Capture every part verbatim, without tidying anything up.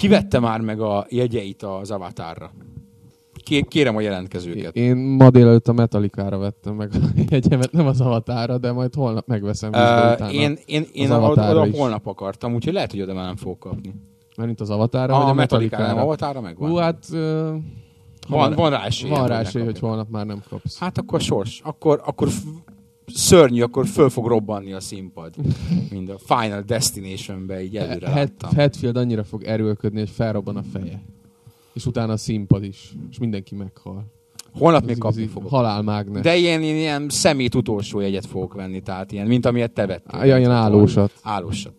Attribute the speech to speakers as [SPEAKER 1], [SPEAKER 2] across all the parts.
[SPEAKER 1] Kivette már meg a jegyeit az Avatarra? Kérem a jelentkezőket.
[SPEAKER 2] Én ma délelőtt a Metallicára vettem meg a jegyemet, nem az Avatarra, de majd holnap megveszem vízből uh, utána.
[SPEAKER 1] Én, én, én oda, oda holnap akartam, úgyhogy lehet, hogy oda már nem fogok kapni.
[SPEAKER 2] Mert itt az Avatarra, vagy a, a Metallicára?
[SPEAKER 1] Nem, Avatarra megvan.
[SPEAKER 2] Hú, hát... Uh,
[SPEAKER 1] van, van rá esély.
[SPEAKER 2] Van rá esély, hogy holnap már nem kapsz.
[SPEAKER 1] Hát akkor sors. Akkor, akkor f- szörnyű, akkor föl fog robbanni a színpad. Mind a Final Destination-be így előre láttam.
[SPEAKER 2] Hetfield annyira fog erőlködni, hogy felrobban a feje. És utána a színpad is. És mindenki meghal.
[SPEAKER 1] Holnap ez még kapni fogok.
[SPEAKER 2] Halálmágnes.
[SPEAKER 1] De ilyen, ilyen szemét utolsó jegyet fogok venni, tehát ilyen, mint amilyet te vettél.
[SPEAKER 2] Ja, ilyen állósat.
[SPEAKER 1] Állósat.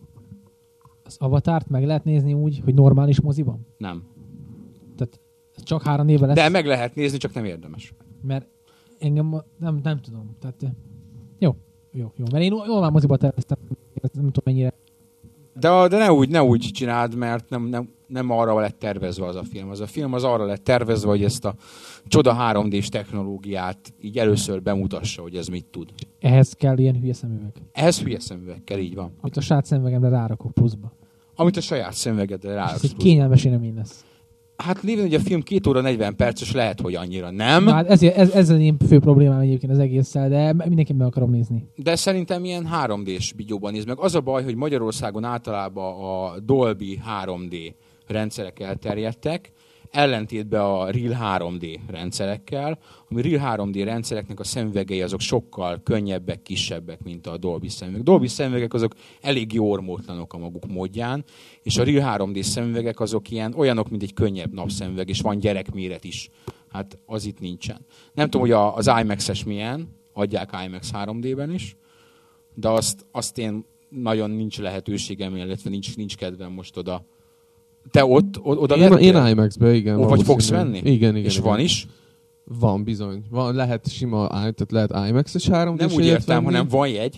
[SPEAKER 3] Az Avatart meg lehet nézni úgy, hogy normális moziban?
[SPEAKER 1] Nem.
[SPEAKER 3] Tehát csak három éve lesz?
[SPEAKER 1] De meg lehet nézni, csak nem érdemes.
[SPEAKER 3] Mert engem nem, nem tudom. Tehát jó, jó, jó. Mert én normál moziban terveztem, nem tudom mennyire.
[SPEAKER 1] De, de ne, úgy, ne úgy csináld, mert nem, nem, nem arra lett tervezve az a film. Az a film az arra lett tervezve, hogy ezt a csoda három dés technológiát így először bemutassa, hogy ez mit tud.
[SPEAKER 3] Ehhez kell ilyen hülye szemüveg?
[SPEAKER 1] Ehhez hülye szemüveg kell, így van.
[SPEAKER 3] Amit a saját szemüvegemre rárakok pluszba.
[SPEAKER 1] Amit a saját szemüvegedre rárakok
[SPEAKER 3] pluszba. Ez egy kényelmes élmény lesz.
[SPEAKER 1] Hát lévén, hogy a film két óra negyven perces, lehet, hogy annyira nem.
[SPEAKER 3] Na, hát ez, ez, ez az én fő problémám egyébként az egésszel, de mindenképp meg akarom nézni.
[SPEAKER 1] De szerintem ilyen három dés bigyóban néz meg. Az a baj, hogy Magyarországon általában a Dolby három dé rendszerek elterjedtek, ellentétben a Real három dé rendszerekkel, ami Real három dé rendszereknek a szemüvegei azok sokkal könnyebbek, kisebbek, mint a Dolby szemüvegek. Dolby szemüvegek azok elég ormótlanok a maguk módján, és a Real három dé szemüvegek azok ilyen olyanok, mint egy könnyebb napszemüveg, és van gyerekméret is. Hát az itt nincsen. Nem tudom, hogy az IMAX-es milyen, adják IMAX három dében is, de azt, azt én nagyon nincs lehetőségem, illetve nincs, nincs kedvem most oda. Te ott, oda
[SPEAKER 2] Én, én IMAX-be, igen.
[SPEAKER 1] Ó, vagy fogsz venni?
[SPEAKER 2] Igen, igen.
[SPEAKER 1] És
[SPEAKER 2] igen.
[SPEAKER 1] van is?
[SPEAKER 2] Van, bizony. Van, lehet sima, tehát lehet IMAX-es három dés.
[SPEAKER 1] Nem úgy értem, venni. Hanem van jegy.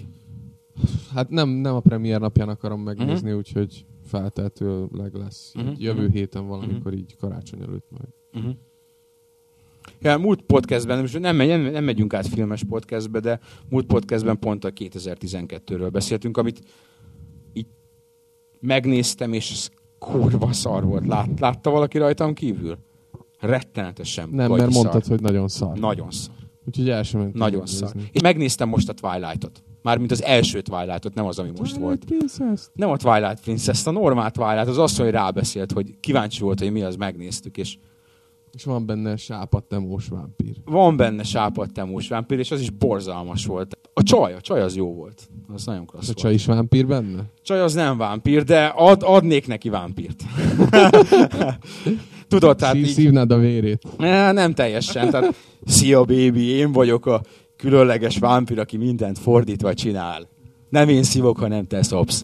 [SPEAKER 2] Hát nem, nem a premier napján akarom megnézni, uh-huh. úgyhogy feltehetőleg lesz. Uh-huh. Jövő uh-huh. héten valamikor uh-huh. így karácsony előtt majd.
[SPEAKER 1] Uh-huh. Ja, múlt podcastben, most nem, nem, nem megyünk át filmes podcastbe, de múlt podcastben pont a kétezer-tizenkettőről beszéltünk, amit így megnéztem, és ez kurva szar volt. Lát, látta valaki rajtam kívül? Rettenetesen.
[SPEAKER 2] Nem, mert mondtad, szar. Hogy nagyon szar.
[SPEAKER 1] Nagyon szar.
[SPEAKER 2] Úgyhogy el sem mentem.
[SPEAKER 1] Nagyon szar. És megnéztem most a Twilight-ot. Mármint az első Twilight-ot, nem az, ami most
[SPEAKER 2] Twilight
[SPEAKER 1] volt.
[SPEAKER 2] Princess.
[SPEAKER 1] Nem a Twilight Princess, a normál Twilight. Az asszony rábeszélt, hogy kíváncsi volt, hogy mi az, megnéztük, és
[SPEAKER 2] és van benne sápadtemós vámpír.
[SPEAKER 1] Van benne sápadtemós vámpír, és az is borzalmas volt. A csaj, a csaj az jó volt. Az nagyon klassz volt.
[SPEAKER 2] A csaj is vámpír benne?
[SPEAKER 1] Csaj az nem vámpír, de ad, adnék neki vámpírt. Tudod, tehát
[SPEAKER 2] Szív,
[SPEAKER 1] így...
[SPEAKER 2] Szívnád a vérét.
[SPEAKER 1] Ne, nem teljesen. Tehát, szia, baby, én vagyok a különleges vámpír, aki mindent fordítva csinál. Nem én szívok, hanem te szopsz.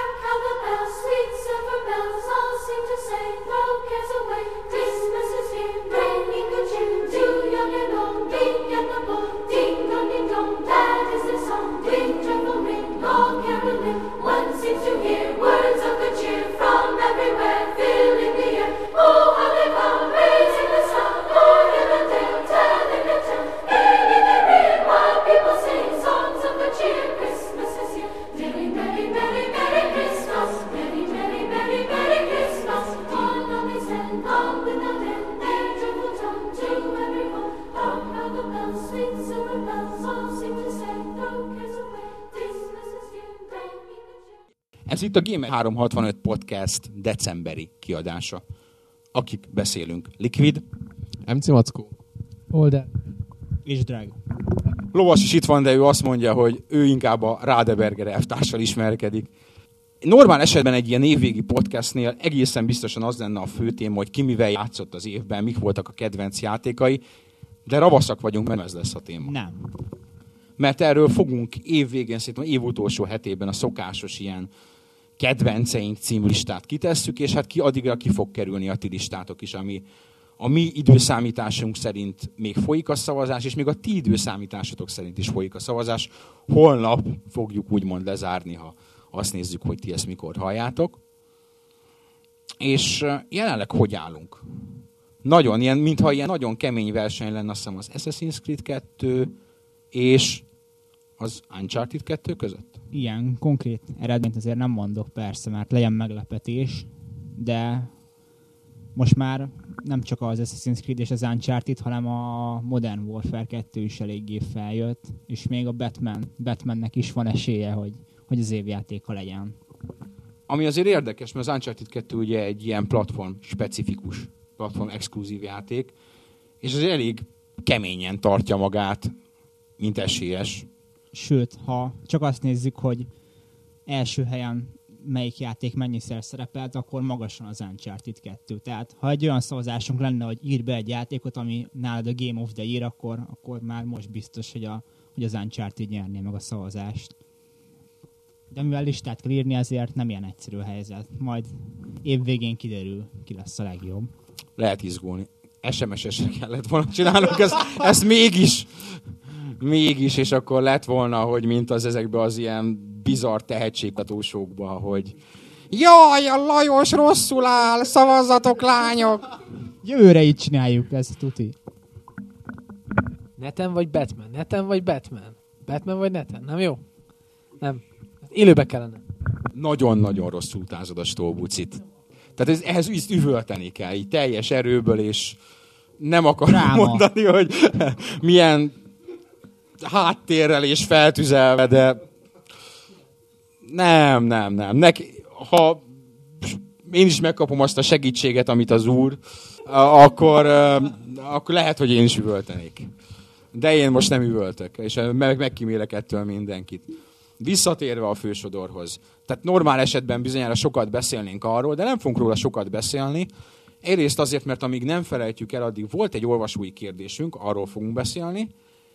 [SPEAKER 1] Ez itt a Gamer háromszázhatvanöt Podcast decemberi kiadása. Akik beszélünk. Liquid.
[SPEAKER 2] em cé Mackó.
[SPEAKER 3] Older. És Drága.
[SPEAKER 1] Lovas is itt van, de ő azt mondja, hogy ő inkább a Radeberger elvtársal ismerkedik. Normál esetben egy ilyen évvégi podcastnél egészen biztosan az lenne a fő téma, hogy ki mivel játszott az évben, mik voltak a kedvenc játékai, de ravaszak vagyunk, mert ez lesz a téma.
[SPEAKER 3] Nem.
[SPEAKER 1] Mert erről fogunk évvégén, szerintem év utolsó hetében a szokásos ilyen kedvenceink című listát kitesszük, és hát ki addigra ki fog kerülni a ti listátok is, ami a mi időszámításunk szerint még folyik a szavazás, és még a ti időszámításatok szerint is folyik a szavazás. Holnap fogjuk úgymond lezárni, ha azt nézzük, hogy ti ezt mikor halljátok. És jelenleg hogy állunk? Nagyon, ilyen, mintha ilyen nagyon kemény verseny lenne, azt hiszem az Assassin's Creed kettő és az Uncharted kettő között?
[SPEAKER 4] Ilyen konkrét eredményt azért nem mondok, persze, mert legyen meglepetés, de most már nem csak az Assassin's Creed és az Uncharted, hanem a Modern Warfare kettő is eléggé feljött, és még a Batman, Batmannek is van esélye, hogy, hogy az évjátéka legyen.
[SPEAKER 1] Ami azért érdekes, mert az Uncharted kettő ugye egy ilyen platform specifikus, platform exkluzív játék, és az elég keményen tartja magát, mint esélyes.
[SPEAKER 4] Sőt, ha csak azt nézzük, hogy első helyen melyik játék mennyiszer szerepelt, akkor magasan az Uncharted kettő. Tehát ha egy olyan szavazásunk lenne, hogy ír be egy játékot, ami nálad a Game of the Year, akkor, akkor már most biztos, hogy, a, hogy az Uncharted nyerné meg a szavazást. De mivel listát kell írni, ezért nem ilyen egyszerű a helyzet. Majd évvégén kiderül, ki lesz a legjobb.
[SPEAKER 1] Lehet izgulni. es em es-esre kellett volna csinálnunk ezt, ezt mégis. Mégis, és akkor lett volna, hogy mint az ezekben az ilyen bizarr tehetségkutatósokban, hogy jaj, a Lajos rosszul áll, szavazzatok lányok!
[SPEAKER 4] Jövőre így csináljuk ezt, tuti.
[SPEAKER 3] Neten vagy Batman? Neten vagy Batman? Batman vagy neten? Nem jó? Nem. Élőbe kellene.
[SPEAKER 1] Nagyon-nagyon rosszul utázod a Stolbucit. Tehát ez, ehhez ezt üvölteni kell, így teljes erőből, és nem akarom Ráma. mondani, hogy milyen háttérrel és feltüzelve, de nem, nem, nem. Neki, ha én is megkapom azt a segítséget, amit az úr, akkor, akkor lehet, hogy én is üvöltenék. De én most nem üvöltök, és meg, megkímélek ettől mindenkit. Visszatérve a fősodorhoz. Tehát normál esetben bizonyára sokat beszélnénk arról, de nem fogunk róla sokat beszélni. Egyrészt azért, mert amíg nem felejtjük el, addig volt egy olvasói kérdésünk, arról fogunk beszélni,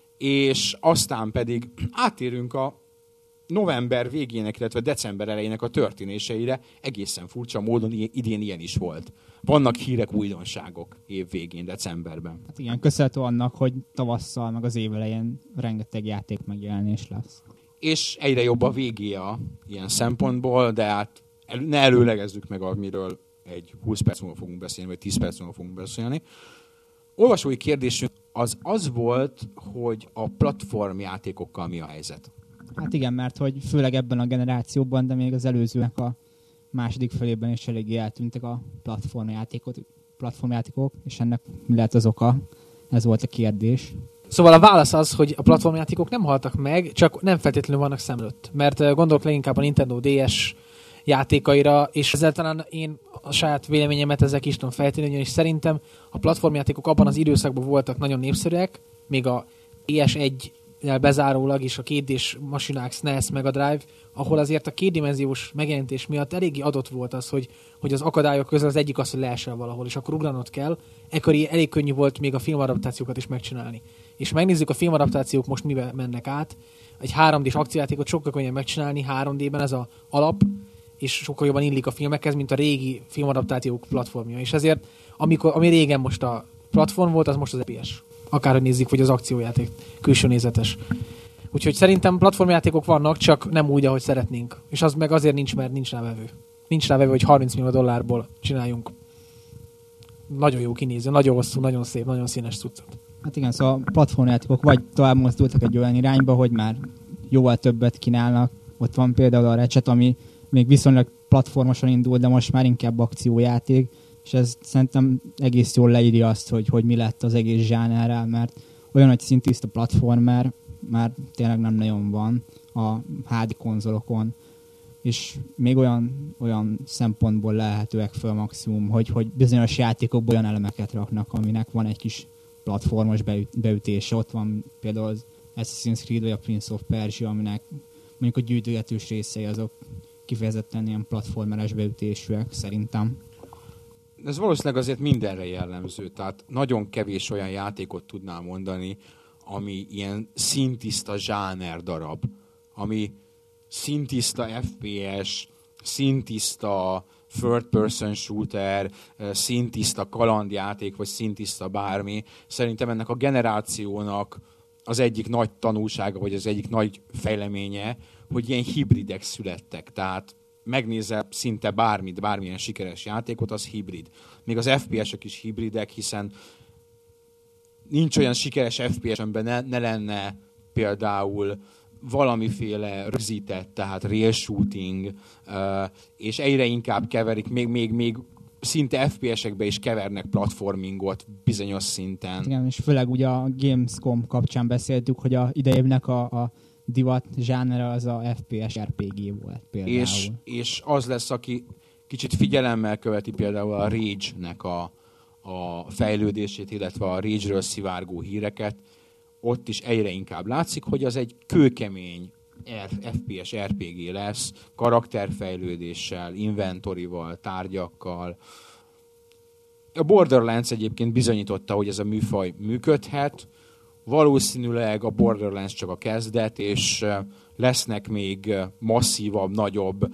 [SPEAKER 1] és aztán pedig átérünk a november végének, illetve december elejének a történéseire. Egészen furcsa módon idén ilyen is volt. Vannak hírek, újdonságok év végén, decemberben.
[SPEAKER 4] Hát igen, köszönhető annak, hogy tavasszal, meg az év elején rengeteg játék megjelenés lesz.
[SPEAKER 1] És egyre jobb a végéja ilyen szempontból, de hát ne előlegezzük meg, amiről egy húsz perc múlva fogunk beszélni, vagy tíz perc múlva fogunk beszélni. Olvasói kérdésünk az az volt, hogy a platformjátékokkal mi a helyzet.
[SPEAKER 4] Hát igen, mert hogy főleg ebben a generációban, de még az előzőnek a második felében is eléggé eltűntek a platformjátékok, platformjátékok, és ennek mi lehet az oka? Ez volt a kérdés.
[SPEAKER 3] Szóval a válasz az, hogy a platformjátékok nem haltak meg, csak nem feltétlenül vannak szem előtt. Mert gondolok leginkább a Nintendo dé es játékaira, és ezzel talán én a saját véleményemet ezek is tudom fejteni, ugyanis szerintem a platformjátékok abban az időszakban voltak nagyon népszerűek, még a pé es egy-nel bezárólag is a kétdés masinák, es en e es, Mega Drive, ahol azért a kétdimenziós megjelenítés miatt eléggé adott volt az, hogy, hogy az akadályok közül az egyik az, hogy leesel valahol, és akkor ugranod kell. Ekkor elég könnyű volt még a filmadaptációkat is megcsinálni. És megnézzük, a filmadaptációk most miben mennek át. Egy három dés akciójátékot sokkal könnyebb megcsinálni három dében, ez az alap, és sokkal jobban illik a filmekhez, mint a régi filmadaptációk platformja. És ezért, amikor, ami régen most a platform volt, az most az pé es. Akárhogy nézzük, vagy az akciójáték, külső nézetes. Úgyhogy szerintem platformjátékok vannak, csak nem úgy, ahogy szeretnénk. És az meg azért nincs, mert nincs rá vevő. Nincs rá vevő, hogy harminc millió dollárból csináljunk nagyon jó kinéző, nagyon hosszú, nagyon szép, nagyon színes cuccot.
[SPEAKER 4] Hát igen, szóval a platformjátékok vagy tovább mozdultak egy olyan irányba, hogy már jóval többet kínálnak. Ott van például a Ratchet, ami még viszonylag platformosan indul, de most már inkább akciójáték, és ez szerintem egész jól leírja azt, hogy, hogy mi lett az egész zsánerrel, mert olyan, hogy szintiszta platformer már tényleg nem nagyon van a há dé konzolokon, és még olyan, olyan szempontból lehetőek föl maximum, hogy, hogy bizonyos játékokból olyan elemeket raknak, aminek van egy kis platformos beütése. Ott van például az Assassin's Creed vagy a Prince of Persia, aminek mondjuk a gyűjtögetős részei azok kifejezetten ilyen platformeres beütésűek szerintem.
[SPEAKER 1] Ez valószínűleg azért mindenre jellemző, tehát nagyon kevés olyan játékot tudnám mondani, ami ilyen szintiszta zsáner darab, ami szintiszta ef pé es, szintiszta third person shooter, szintiszta kalandjáték, vagy szintiszta bármi. Szerintem ennek a generációnak az egyik nagy tanulsága, vagy az egyik nagy fejleménye, hogy ilyen hibridek születtek. Tehát megnézel szinte bármit, bármilyen sikeres játékot, az hibrid. Még az ef pé esek is hibridek, hiszen nincs olyan sikeres ef pé es, amiben ne, ne lenne például valamiféle rögzített, tehát real shooting, és egyre inkább keverik, még, még, még szinte ef pé es-ekbe is kevernek platformingot bizonyos szinten.
[SPEAKER 4] Igen, és főleg ugye a Gamescom kapcsán beszéltük, hogy a idejévnek a, a divat zsánere az a ef pé es er pé gé volt például.
[SPEAKER 1] És, és az lesz, aki kicsit figyelemmel követi például a Rage-nek a, a fejlődését, illetve a Rage-ről szivárgó híreket, ott is egyre inkább látszik, hogy az egy kőkemény ef pé es er pé gé lesz, karakterfejlődéssel, inventorival, tárgyakkal. A Borderlands egyébként bizonyította, hogy ez a műfaj működhet. Valószínűleg a Borderlands csak a kezdet, és lesznek még masszívabb, nagyobb,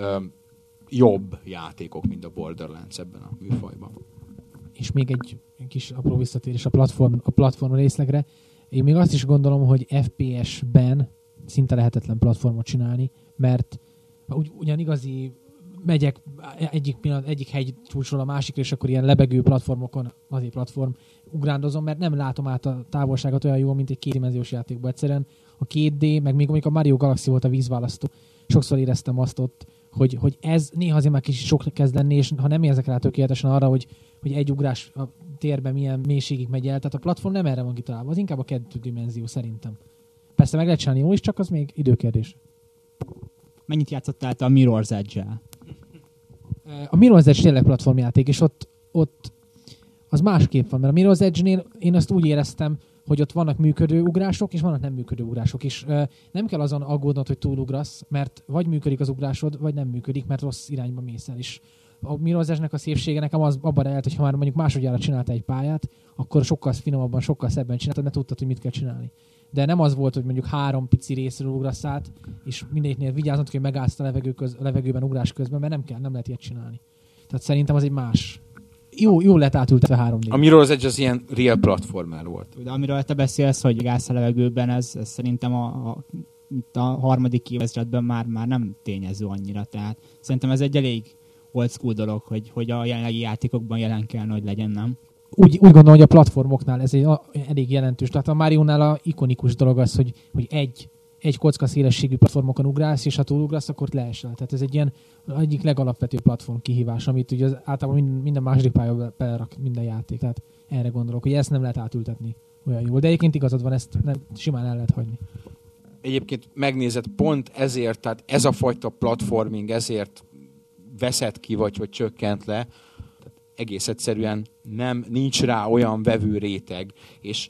[SPEAKER 1] jobb játékok, mint a Borderlands ebben a műfajban.
[SPEAKER 3] És még egy kis apró visszatérés a platform, a platform részlegre. Én még azt is gondolom, hogy ef pé es-ben szinte lehetetlen platformot csinálni, mert ugy, ugyan igazi megyek egyik, pillanat, egyik hegy csúcsról a másikra, és akkor ilyen lebegő platformokon azért platform ugrándozom, mert nem látom át a távolságot olyan jól, mint egy kétdimenziós játékban. Egyszerűen a két dé, meg még amikor a Mario Galaxy volt a vízválasztó, sokszor éreztem azt ott, hogy, hogy ez néha azért már kicsit sok kezd lenni, és ha nem érzek rá tökéletesen arra, hogy, hogy egy ugrás a térben milyen mélységig megy el, tehát a platform nem erre van kitalálva, az inkább a kettő dimenzió szerintem. Persze meg lehet csinálni jó is, csak az még időkérdés.
[SPEAKER 4] Mennyit játszottál te a Mirror's Edge-el?
[SPEAKER 3] A Mirror's Edge tényleg platformjáték, és ott, ott az másképp van, mert a Mirror's Edge-nél én azt úgy éreztem, hogy ott vannak működő ugrások, és vannak nem működő ugrások, és uh, nem kell azon aggódnod, hogy túlugrasz, mert vagy működik az ugrásod, vagy nem működik, mert rossz irányba mész el is. A Mirror's Edge-nek a szépsége nekem az abban rejelt, hogy ha már mondjuk másodjára csináltál egy pályát, akkor sokkal finomabban, sokkal szebben csináltad, mert tudtad, hogy mit kell csinálni. De nem az volt, hogy mondjuk három pici részről ugrasz át, és mindegyiknél vigyáznod, hogy megállsz a, levegő köz, a levegőben ugrás közben, mert nem kell, nem lehet ilyet csinálni. Tehát szerintem az egy más. Jó, jó lett átültetve három dé.
[SPEAKER 1] A Mirror's Edge az ilyen real platformer volt.
[SPEAKER 4] De amiről te beszélsz, hogy gász a levegőben, ez, ez szerintem a, a, a harmadik évezredben már, már nem tényező annyira. Tehát szerintem ez egy elég old school dolog, hogy, hogy a jelenlegi játékokban jelen kellene, hogy legyen, nem?
[SPEAKER 3] Úgy, úgy gondolom, hogy a platformoknál ez egy a, elég jelentős. Tehát a Mario-nál a ikonikus dolog az, hogy, hogy egy, egy kocka szélességű platformokon ugrálsz, és ha túlugrasz, akkor leesel. Tehát ez egy ilyen egyik legalapvetőbb platform kihívás, amit ugye az, általában minden, minden második pálya belerak minden játék. Tehát erre gondolok, hogy ezt nem lehet átültetni olyan jól. De egyébként igazad van, ezt nem, simán el lehet hagyni.
[SPEAKER 1] Egyébként megnézed, pont ezért, tehát ez a fajta platforming ezért veszett ki, vagy hogy csökkent le, egész egyszerűen nem, nincs rá olyan vevő réteg, és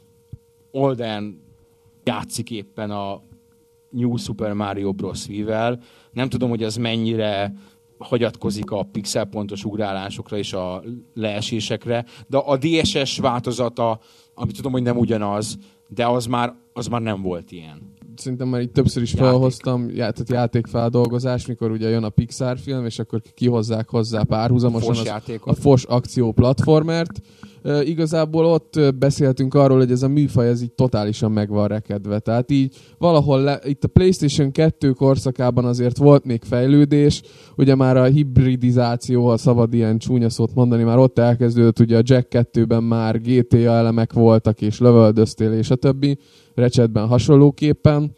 [SPEAKER 1] Olden játszik éppen a New Super Mario Bros. Wii-vel. Nem tudom, hogy az mennyire hagyatkozik a pixelpontos ugrálásokra és a leesésekre, de a dé es es változata, amit tudom, hogy nem ugyanaz, de az már, az már nem volt ilyen.
[SPEAKER 2] Szerintem már itt többször is
[SPEAKER 1] Játék.
[SPEAKER 2] felhoztam, já, tehát játékfeldolgozás, mikor ugye jön a Pixar film, és akkor kihozzák hozzá párhuzamosan
[SPEAKER 1] Fos
[SPEAKER 2] az, a Fos akció platformert. E, igazából ott beszéltünk arról, hogy ez a műfaj ez így totálisan meg van rekedve. Tehát így valahol le, itt a PlayStation kettő korszakában azért volt még fejlődés, ugye már a hibridizáció, ha szabad ilyen csúnya szót mondani, már ott elkezdődött, ugye a Jack kettőben már gé té á elemek voltak, és lövöldöztél, és a többi. Ratchetben hasonlóképpen.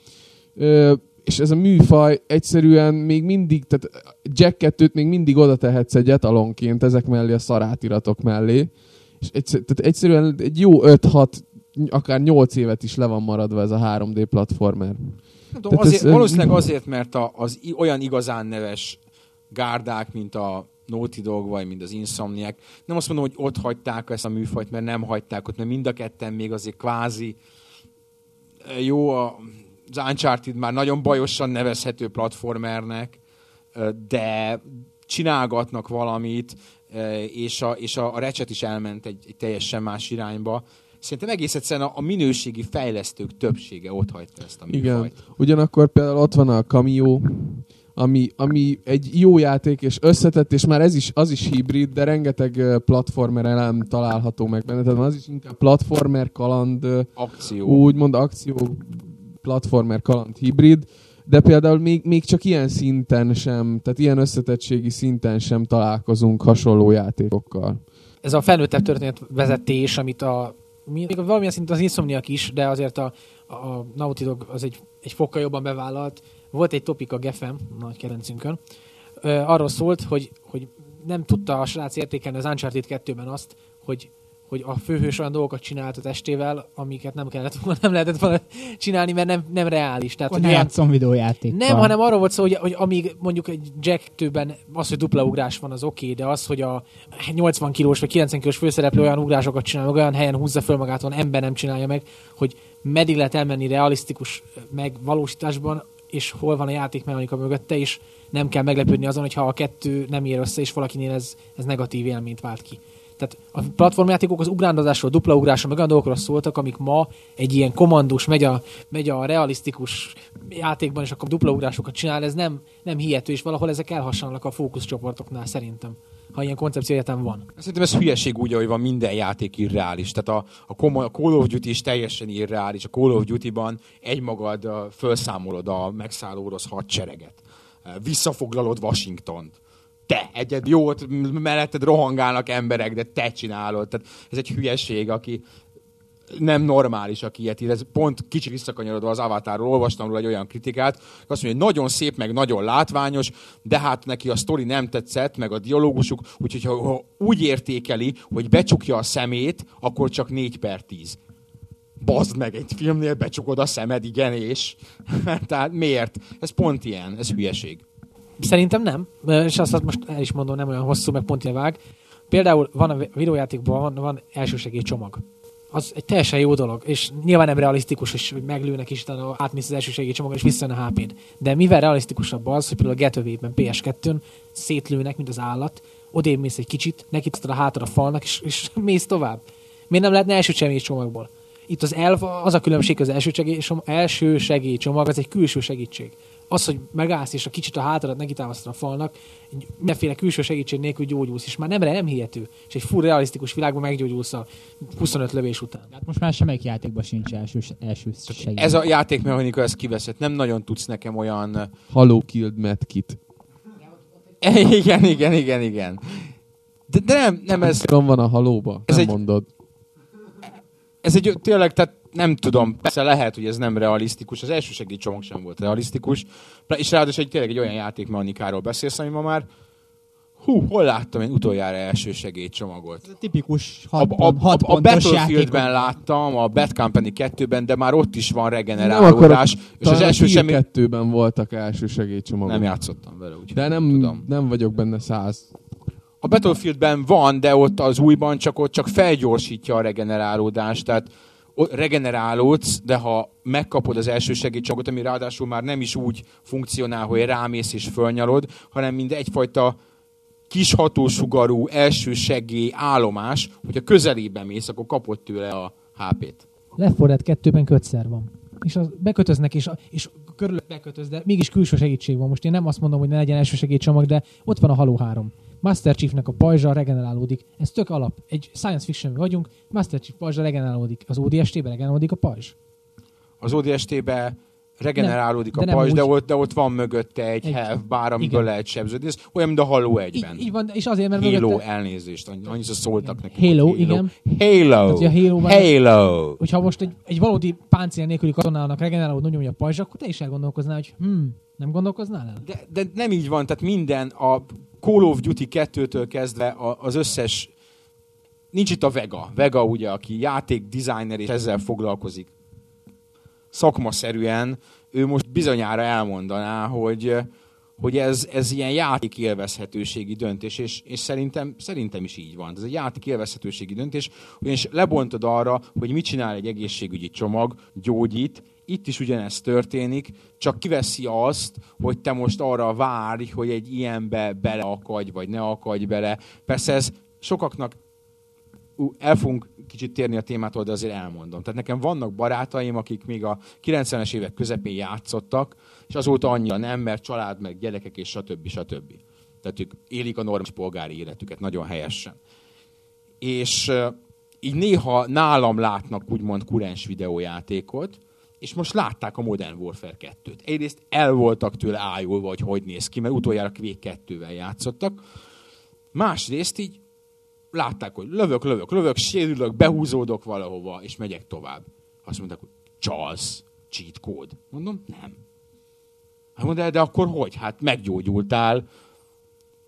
[SPEAKER 2] Ö, és ez a műfaj egyszerűen még mindig, tehát Jack kettőt még mindig oda tehetsz egy etalonként ezek mellé a szarátiratok mellé. És egyszer, tehát egyszerűen egy jó öt-hat, akár nyolc évet is le van maradva ez a három dé platformer.
[SPEAKER 1] Nem tudom, azért, ez, valószínűleg azért, mert a, az olyan igazán neves gárdák, mint a Naughty Dog, vagy mint az Insomniac, nem azt mondom, hogy ott hagyták ezt a műfajt, mert nem hagyták ott, mert mind a ketten még azért kvázi jó, az Uncharted már nagyon bajosan nevezhető platformernek, de csinálgatnak valamit, és a, és a Ratchet is elment egy, egy teljesen más irányba. Szerintem egész egyszerűen a, a minőségi fejlesztők többsége ott hagyta ezt a műfajt.
[SPEAKER 2] Igen. Ugyanakkor például ott van a Cameo, ami, ami egy jó játék, és összetett, és már ez is, az is hibrid, de rengeteg platformer elem található meg benne. Tehát az is inkább platformer, kaland,
[SPEAKER 1] akció.
[SPEAKER 2] Úgymond akció, platformer, kaland, hibrid, de például még, még csak ilyen szinten sem, tehát ilyen összetettségi szinten sem találkozunk hasonló játékokkal.
[SPEAKER 3] Ez a felnőttebb történet vezetés, amit a még valamilyen szinten az Insomniac is, de azért a, a Naughty Dog az egy, egy fokkal jobban bevállalt. Volt egy topik a Geffen, nagy kedvencünkön, arról szólt, hogy, hogy nem tudta a srác értékelni az Uncharted kettőben azt, hogy hogy a főhős olyan dolgokat csinált a testével, amiket nem kellett volna, nem lehetett volna csinálni, mert nem, nem reális. Tehát,
[SPEAKER 4] Akkor ne játszom videójátékkal.
[SPEAKER 3] Nem, hanem arról volt szó, hogy, hogy amíg mondjuk egy Jack kettőben az, hogy dupla ugrás van, az oké, okay, de az, hogy a nyolcvan kilós vagy kilencven kilós főszereplő olyan ugrásokat csinál, meg olyan helyen húzza föl magát, van ember nem csinálja meg, hogy meddig lehet elmenni realisztikus megvalósításban, és hol van a játékmechanika mögötte, és nem kell meglepődni azon, hogyha a kettő nem ér össze, és valakinél ez, ez negatív élményt vált ki. Tehát a platformjátékok az ugrándozásról, dupla ugrásról, meg olyan dolgokról szóltak, amik ma egy ilyen kommandós, megy a, megy a realisztikus játékban, és akkor dupla ugrásokat csinál, ez nem, nem hihető, és valahol ezek elhasonlanak a fókuszcsoportoknál szerintem, ha ilyen koncepció egyetem van.
[SPEAKER 1] Szerintem ez hülyeség úgy, ahogy van, minden játék irreális. Tehát a, a, komoly, a Call of Duty is teljesen irreális. A Call of Duty-ban egymagad uh, felszámolod a megszálló orosz hadsereget. Uh, visszafoglalod Washingtont. Te egyed jót, melletted rohangálnak emberek, de te csinálod. Tehát ez egy hülyeség, aki nem normális, aki ilyet ír. Ez pont kicsit visszakanyarodva az Avatarról, olvastam róla egy olyan kritikát, azt mondja, hogy nagyon szép, meg nagyon látványos, de hát neki a sztori nem tetszett, meg a dialógusuk, úgyhogy ha, ha úgy értékeli, hogy becsukja a szemét, akkor csak négy per tíz. Bazd meg, egy filmnél becsukod a szemed, igen, és tehát miért? Ez pont ilyen, ez hülyeség.
[SPEAKER 3] Szerintem nem, és azt most el is mondom, nem olyan hosszú, meg pont vág. Például van a videójátékban van, van elsősegély csomag. Az egy teljesen jó dolog, és nyilván nem realisztikus, és meglőnek is, utána átmész az elsősegély csomagon, és visszajön a há péd. De mivel realisztikusabb az, hogy például a Getaway-ben pé es kettőn szétlőnek, mint az állat, odébb mész egy kicsit, neki a hátad a falnak, és, és mész tovább. Miért nem lehetne elsősegély csomagból? Itt az elv, az a különbség, az elsősegély csomag, az egy külső segítség. Az, hogy megállsz, és a kicsit a hátadat nekitámasztod a falnak, mindenféle külső segítség nélkül gyógyulsz, és már nem, nem hihető. És egy full realisztikus világban meggyógyulsz a huszonöt lövés után.
[SPEAKER 4] Hát most már semmelyik játékban sincs első, első segítség.
[SPEAKER 1] Ez a játékmechanika, ez kiveszett. Nem nagyon tudsz nekem olyan...
[SPEAKER 2] Halo Killed Medkit.
[SPEAKER 1] Igen, igen, igen, igen. De, de nem, nem ez...
[SPEAKER 2] Van a Halóba,
[SPEAKER 1] ez
[SPEAKER 2] nem
[SPEAKER 1] egy,
[SPEAKER 2] mondod.
[SPEAKER 1] Ez egy tényleg, tehát nem tudom, persze lehet, hogy ez nem realisztikus, az elsősegély csomag sem volt realisztikus, és ráadásul egy, tényleg egy olyan játékmechanikáról beszélsz, ami ma már, hú, hol láttam én utoljára elsősegély csomagot?
[SPEAKER 4] Ez a tipikus
[SPEAKER 1] a,
[SPEAKER 4] hat,
[SPEAKER 1] a, a,
[SPEAKER 4] hat
[SPEAKER 1] a Battlefieldben láttam, a Bad Company kettőben, de már ott is van regenerálódás, és az első semmi...
[SPEAKER 2] kettőben voltak elsősegély csomagok.
[SPEAKER 1] Nem játszottam vele, úgyhogy
[SPEAKER 2] de nem,
[SPEAKER 1] tudom.
[SPEAKER 2] nem vagyok benne száz.
[SPEAKER 1] A Battlefieldben van, de ott az újban csak ott csak felgyorsítja a regenerálódást, tehát regenerálódsz, de ha megkapod az elsősegélycsomagot, ami ráadásul már nem is úgy funkcionál, hogy rámész és fölnyalod, hanem mind egyfajta kis hatósugarú elsősegély állomás, hogyha közelében mész, akkor kapod tőle a há pét.
[SPEAKER 3] Left four Dead kettőben kötszer van. És az bekötöznek, és, és körülött bekötöz, de mégis külső segítség van. Most én nem azt mondom, hogy ne legyen elsősegélycsomag, de ott van a Halo három. Master Chiefnek a pajzsa regenerálódik. Ez tök alap. Egy science fictionben vagyunk, Master Chief pajzsa regenerálódik. Az o dé es té-ben regenerálódik a pajzs?
[SPEAKER 1] Az o dé es té-ben regenerálódik
[SPEAKER 3] nem,
[SPEAKER 1] a pajzs, de,
[SPEAKER 3] úgy...
[SPEAKER 1] de, ott, de ott van mögötte egy, egy health bar, amiből lehet sebződni. Ez olyan, mint a Halo egyben.
[SPEAKER 3] Így van, és azért, mert
[SPEAKER 1] Halo,
[SPEAKER 3] mögötte...
[SPEAKER 1] elnézést, annyiszor szóltak neki.
[SPEAKER 3] Halo,
[SPEAKER 1] Halo,
[SPEAKER 3] igen.
[SPEAKER 1] Halo,
[SPEAKER 3] Tehát, Halo,
[SPEAKER 1] Halo.
[SPEAKER 3] Hogyha most egy, egy valódi páncél nélküli katonának regenerálódni nyomja a pajzs, akkor te is elgondolkoznál, hogy hm, nem gondolkoznál el?
[SPEAKER 1] De, de nem így van, tehát minden a Call of Duty kettőtől kezdve az összes... Nincs itt a Vega. Vega ugye, aki játékdesigner és ezzel foglalkozik szakmaszerűen, ő most bizonyára elmondaná, hogy, hogy ez, ez ilyen játék élvezhetőségi döntés, és, és szerintem, szerintem is így van. Ez egy játék élvezhetőségi döntés, ugyanis lebontod arra, hogy mit csinál egy egészségügyi csomag, gyógyít, itt is ugyanezt történik, csak kiveszi azt, hogy te most arra várj, hogy egy ilyenbe beleakadj, vagy ne akadj bele. Persze ez sokaknak, el fogunk kicsit térni a témától, de azért elmondom. Tehát nekem vannak barátaim, akik még a kilencvenes évek közepén játszottak, és azóta annyira nem, mert család, meg gyerekek, és stb. stb. Tehát ők élik a normális polgári életüket nagyon helyesen. És uh, így néha nálam látnak úgymond kurens videójátékot, és most látták a Modern Warfare kettőt. Egyrészt el voltak tőle ájulva, hogy hogy néz ki, mert utoljára Quake kettővel játszottak. Másrészt így látták, hogy lövök, lövök, lövök, sérülök, behúzódok valahova, és megyek tovább. Azt mondták, hogy csalsz, cheat code. Mondom, nem. Hát mondom, de akkor hogy? Hát meggyógyultál,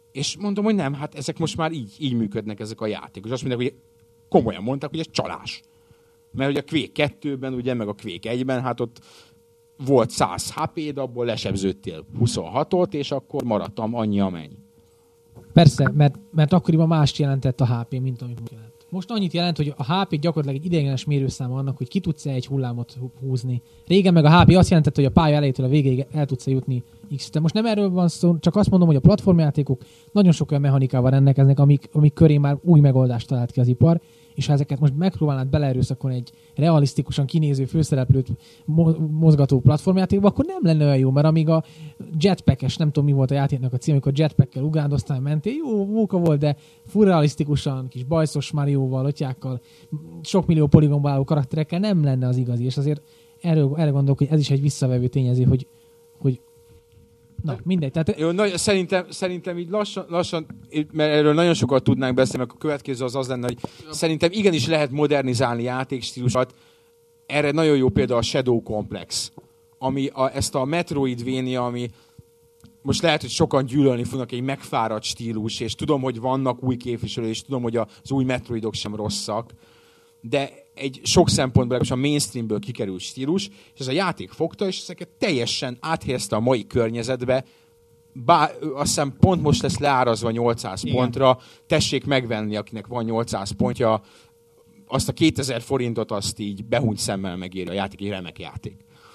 [SPEAKER 1] És mondom, hogy nem, hát ezek most már így, így működnek ezek a játékok. És azt mondják, hogy komolyan mondták, hogy ez csalás. Mert ugye a Quake kettőben, ugye, meg a Quake egyben, hát ott volt száz há pé-d, abból lesebződtél huszonhatot, és akkor maradtam annyi amennyi.
[SPEAKER 3] Persze, mert, mert akkoriban mást jelentett a há pé, mint amit most jelent. Most annyit jelent, hogy a há pé gyakorlatilag egy ideiglenes mérőszáma annak, hogy ki tudsz egy hullámot húzni. Régen meg a há pé azt jelentette, hogy a pálya elejétől a végéig el tudsz jutni X. De most nem erről van szó, csak azt mondom, hogy a platformjátékok nagyon sok olyan mechanikával rendelkeznek, amik, amik köré már új megoldást talált ki az ipar, és ha ezeket most megpróbálnád beleerőszakolni egy realisztikusan kinéző főszereplőt mozgató platformjátékba, akkor nem lenne olyan jó, mert amíg a jetpackes, nem tudom mi volt a játéknak a cím, amikor jetpackkel ugrándoztál, mentél, jó móka volt, de furrealisztikusan, kis bajszos Marióval, ötyákkal, sok millió poligonból álló karakterekkel nem lenne az igazi, és azért erről, erre gondolok, hogy ez is egy visszavevő tényező, hogy, hogy na, mindegy. Tehát...
[SPEAKER 1] Jó, na, szerintem, szerintem így lassan, lassan, mert erről nagyon sokat tudnánk beszélni, mert a következő az az lenne, hogy szerintem igenis lehet modernizálni játékstílusat. Erre nagyon jó példa a Shadow Complex, ami a, ezt a Metroidvania, ami most lehet, hogy sokan gyűlölni fognak, egy megfáradt stílus, és tudom, hogy vannak új képviselők, és tudom, hogy az új Metroidok sem rosszak, de egy sok szempontból a mainstreamből kikerült stílus, és ez a játék fogta, és ezeket teljesen áthelyezte a mai környezetbe, bár azt hiszem pont most lesz leárazva nyolcszáz Igen. pontra, tessék megvenni, akinek van nyolcszáz pontja, azt a kétezer forintot azt így behúny szemmel megéri, a játék egy remek játék.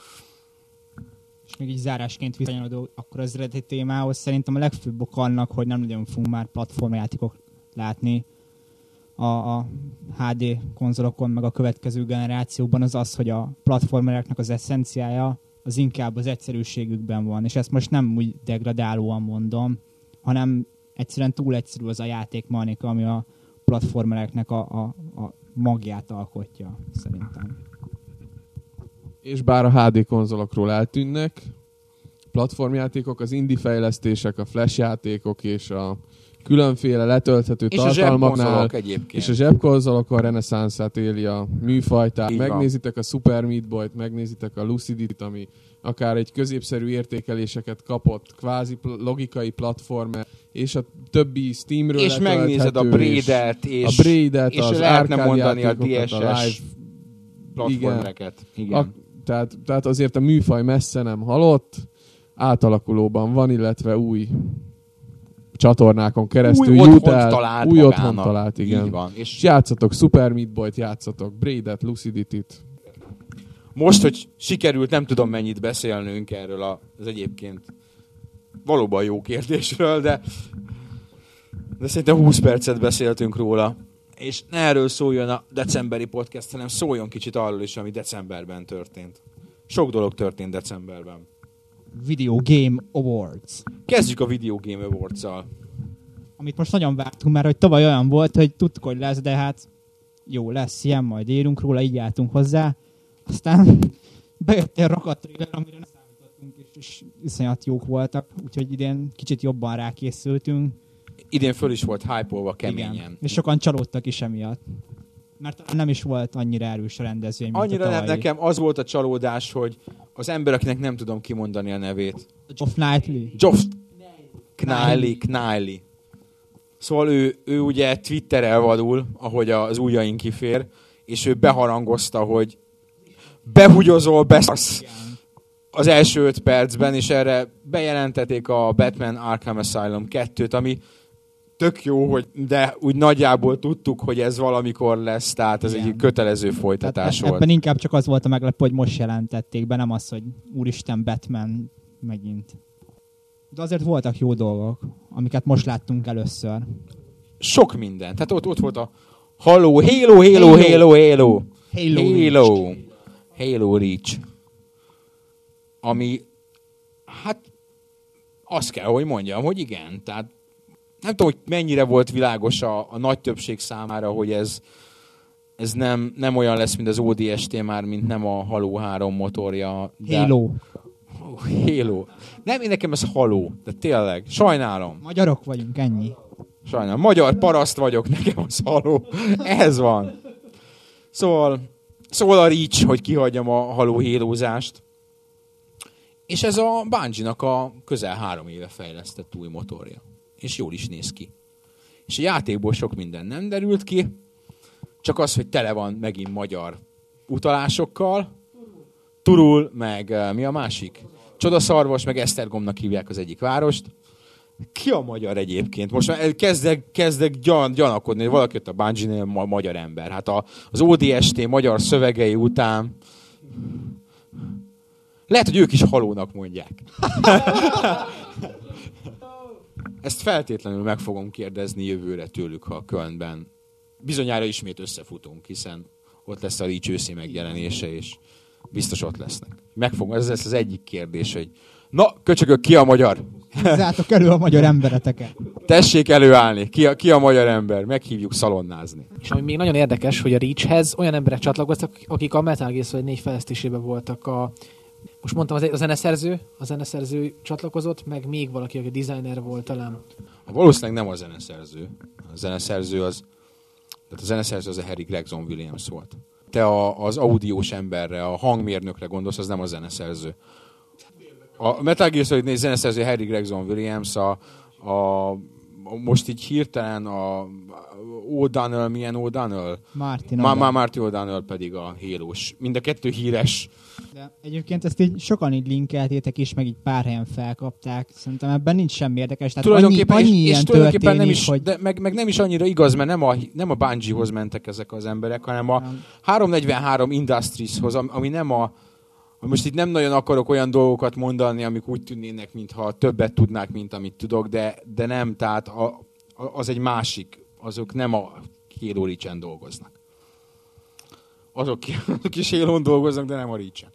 [SPEAKER 4] És még így zárásként visszanyolodó akkor az eredeti témához, szerintem a legfőbb ok annak, hogy nem nagyon fogunk már platformjátékok látni a, a há dé konzolokon, meg a következő generációban, az az, hogy a platformereknek az eszenciája az inkább az egyszerűségükben van. És ezt most nem úgy degradálóan mondom, hanem egyszerűen túl egyszerű az a játékmechanika, ami a platformereknek a, a, a magját alkotja, szerintem.
[SPEAKER 2] És bár a há dé konzolokról eltűnnek, platformjátékok, az indie fejlesztések, a flash játékok és a különféle letölthető
[SPEAKER 1] és
[SPEAKER 2] tartalmaknál,
[SPEAKER 1] a
[SPEAKER 2] és a zsebkonzolok a reneszánszát éli a műfajtát.
[SPEAKER 1] Így
[SPEAKER 2] megnézitek
[SPEAKER 1] van.
[SPEAKER 2] a Super Meat Boy-t, megnézitek a Lucidity-t, ami akár egy középszerű értékeléseket kapott, kvázi pl- logikai platformer, és a többi Steamről
[SPEAKER 1] és megnézed a Braid-et, és,
[SPEAKER 2] a Braid-et,
[SPEAKER 1] és
[SPEAKER 2] az
[SPEAKER 1] lehetne
[SPEAKER 2] arcade
[SPEAKER 1] mondani a dé
[SPEAKER 2] játékokat,
[SPEAKER 1] es
[SPEAKER 2] a
[SPEAKER 1] es
[SPEAKER 2] live
[SPEAKER 1] platformereket. Igen. Igen.
[SPEAKER 2] A, tehát, tehát azért a műfaj messze nem halott, átalakulóban van, illetve új csatornákon keresztül
[SPEAKER 1] új
[SPEAKER 2] jut
[SPEAKER 1] otthont
[SPEAKER 2] el,
[SPEAKER 1] talált
[SPEAKER 2] új
[SPEAKER 1] magának.
[SPEAKER 2] otthon talált, igen.
[SPEAKER 1] Így van. És,
[SPEAKER 2] és játszatok Super Meat Boy-t, játszatok Braid-et, Lucidity-t.
[SPEAKER 1] most, hogy sikerült, nem tudom mennyit beszélnünk erről az egyébként valóban jó kérdésről, de, de szerintem húsz percet beszéltünk róla. És ne erről szóljon a decemberi podcast, hanem szóljon kicsit arról is, ami decemberben történt. Sok dolog történt decemberben.
[SPEAKER 4] Video Game Awards.
[SPEAKER 1] Kezdjük a Video Game Awards-al.
[SPEAKER 4] Amit most nagyon vártunk, mert hogy tavaly olyan volt, hogy tudtuk, hogy lesz, de hát jó lesz, ilyen, majd írunk róla, így álltunk hozzá. Aztán bejött egy rakat trailer, amire nem számítottunk, és, és iszonyat jók voltak, úgyhogy idén kicsit jobban rákészültünk.
[SPEAKER 1] Idén föl is volt hype-olva keményen.
[SPEAKER 4] Igen. És sokan csalódtak is emiatt. Mert nem is volt annyira erős a rendezvény, mint
[SPEAKER 1] Annyira
[SPEAKER 4] a
[SPEAKER 1] nem,
[SPEAKER 4] tavalyi.
[SPEAKER 1] nekem az volt a csalódás, hogy az ember, akinek nem tudom kimondani a nevét.
[SPEAKER 4] Geoff Knightley.
[SPEAKER 1] Geoff Knightley, Knightley. Szóval ő, ő ugye Twitterrel vadul, ahogy az ujjaink kifér, és ő beharangozta, hogy behugyozol, beszarsz az első öt percben, és erre bejelentették a Batman Arkham Asylum kettőt, ami tök jó, hogy, de úgy nagyjából tudtuk, hogy ez valamikor lesz, tehát ez
[SPEAKER 4] Igen.
[SPEAKER 1] egy kötelező folytatás
[SPEAKER 4] tehát
[SPEAKER 1] volt.
[SPEAKER 4] Ebben inkább csak az volt a meglepő, hogy most jelentették be, nem az, hogy úristen Batman megint. De azért voltak jó dolgok, amiket most láttunk először.
[SPEAKER 1] Sok minden. Tehát ott, ott volt a Halo, Halo, Halo, Halo, Halo, Halo,
[SPEAKER 4] Halo,
[SPEAKER 1] Halo, Halo Reach. Ami, hát azt kell, hogy mondjam, hogy igen. Tehát nem tudom, hogy mennyire volt világos a, a nagy többség számára, hogy ez, ez nem, nem olyan lesz, mint az o dé es té már, mint nem a Halo három motorja. De...
[SPEAKER 4] Halo.
[SPEAKER 1] Oh, Halo. Nem, én nekem ez Halo, de tényleg, sajnálom.
[SPEAKER 4] Magyarok vagyunk, ennyi.
[SPEAKER 1] Sajnálom. Magyar paraszt vagyok, nekem az Halo. Ez van. Szóval, szóval a Reach, hogy kihagyjam a Halo hélózást. És ez a Bungie-nak a közel három éve fejlesztett új motorja. és jól is néz ki. És a játékból sok minden nem derült ki, csak az, hogy tele van megint magyar utalásokkal. Turul, meg uh, mi a másik? Csodaszarvas, meg Esztergomnak hívják az egyik várost. Ki a magyar egyébként? Most már kezdek, kezdek gyan, gyanakodni, hogy valaki ott a Bungie-nél ma, magyar ember. Hát a, az o dé es té magyar szövegei után lehet, hogy ők is halónak mondják. Ezt feltétlenül meg fogom kérdezni jövőre tőlük, ha a Kölnben bizonyára ismét összefutunk, hiszen ott lesz a Reach őszi megjelenése, és biztos ott lesznek. Megfogom, ez lesz az egyik kérdés, hogy na, köcsögök, ki a magyar?
[SPEAKER 4] Hozzátok elő a magyar embereteket.
[SPEAKER 1] Tessék előállni, ki a, ki a magyar ember? Meghívjuk szalonnázni.
[SPEAKER 3] És ami még nagyon érdekes, hogy a Reachhez olyan emberek csatlakoztak, akik a Metal Gear Solid négy fejlesztésében voltak a... Most mondtam, a zeneszerző, a zeneszerző csatlakozott, meg még valaki, aki designer volt talán.
[SPEAKER 1] Valószínűleg nem a zeneszerző. A zeneszerző az... Tehát a zeneszerző az a Harry Gregson Williams volt. Te a, az audiós emberre, a hangmérnökre gondolsz, az nem a zeneszerző. A Metal Gear Solid négy zeneszerző Harry Gregson Williams, a, a, a most így hirtelen a O'Donnell, milyen O'Donnell?
[SPEAKER 4] Martin
[SPEAKER 1] Ma, ma, Martin O'Donnell pedig a Halo-s. Mind a kettő híres.
[SPEAKER 4] De egyébként ezt így sokan így linkeltétek is, meg így pár helyen felkapták. Szerintem ebben nincs semmi érdekes. Tehát
[SPEAKER 1] tulajdonképpen,
[SPEAKER 4] annyi, annyi
[SPEAKER 1] és,
[SPEAKER 4] ilyen
[SPEAKER 1] és tulajdonképpen nem
[SPEAKER 4] történik,
[SPEAKER 1] is,
[SPEAKER 4] hogy...
[SPEAKER 1] de meg, meg nem is annyira igaz, mert nem a, nem a Bungie-hoz mentek ezek az emberek, hanem a háromszáznegyvenhárom Industries-hoz, ami nem a... Most itt nem nagyon akarok olyan dolgokat mondani, amik úgy tűnnének, mintha többet tudnák, mint amit tudok, de, de nem, tehát a, a, az egy másik. Azok nem a Halo Reach-en dolgoznak. Azok, azok is Halo-n dolgoznak, de nem a Reach-en.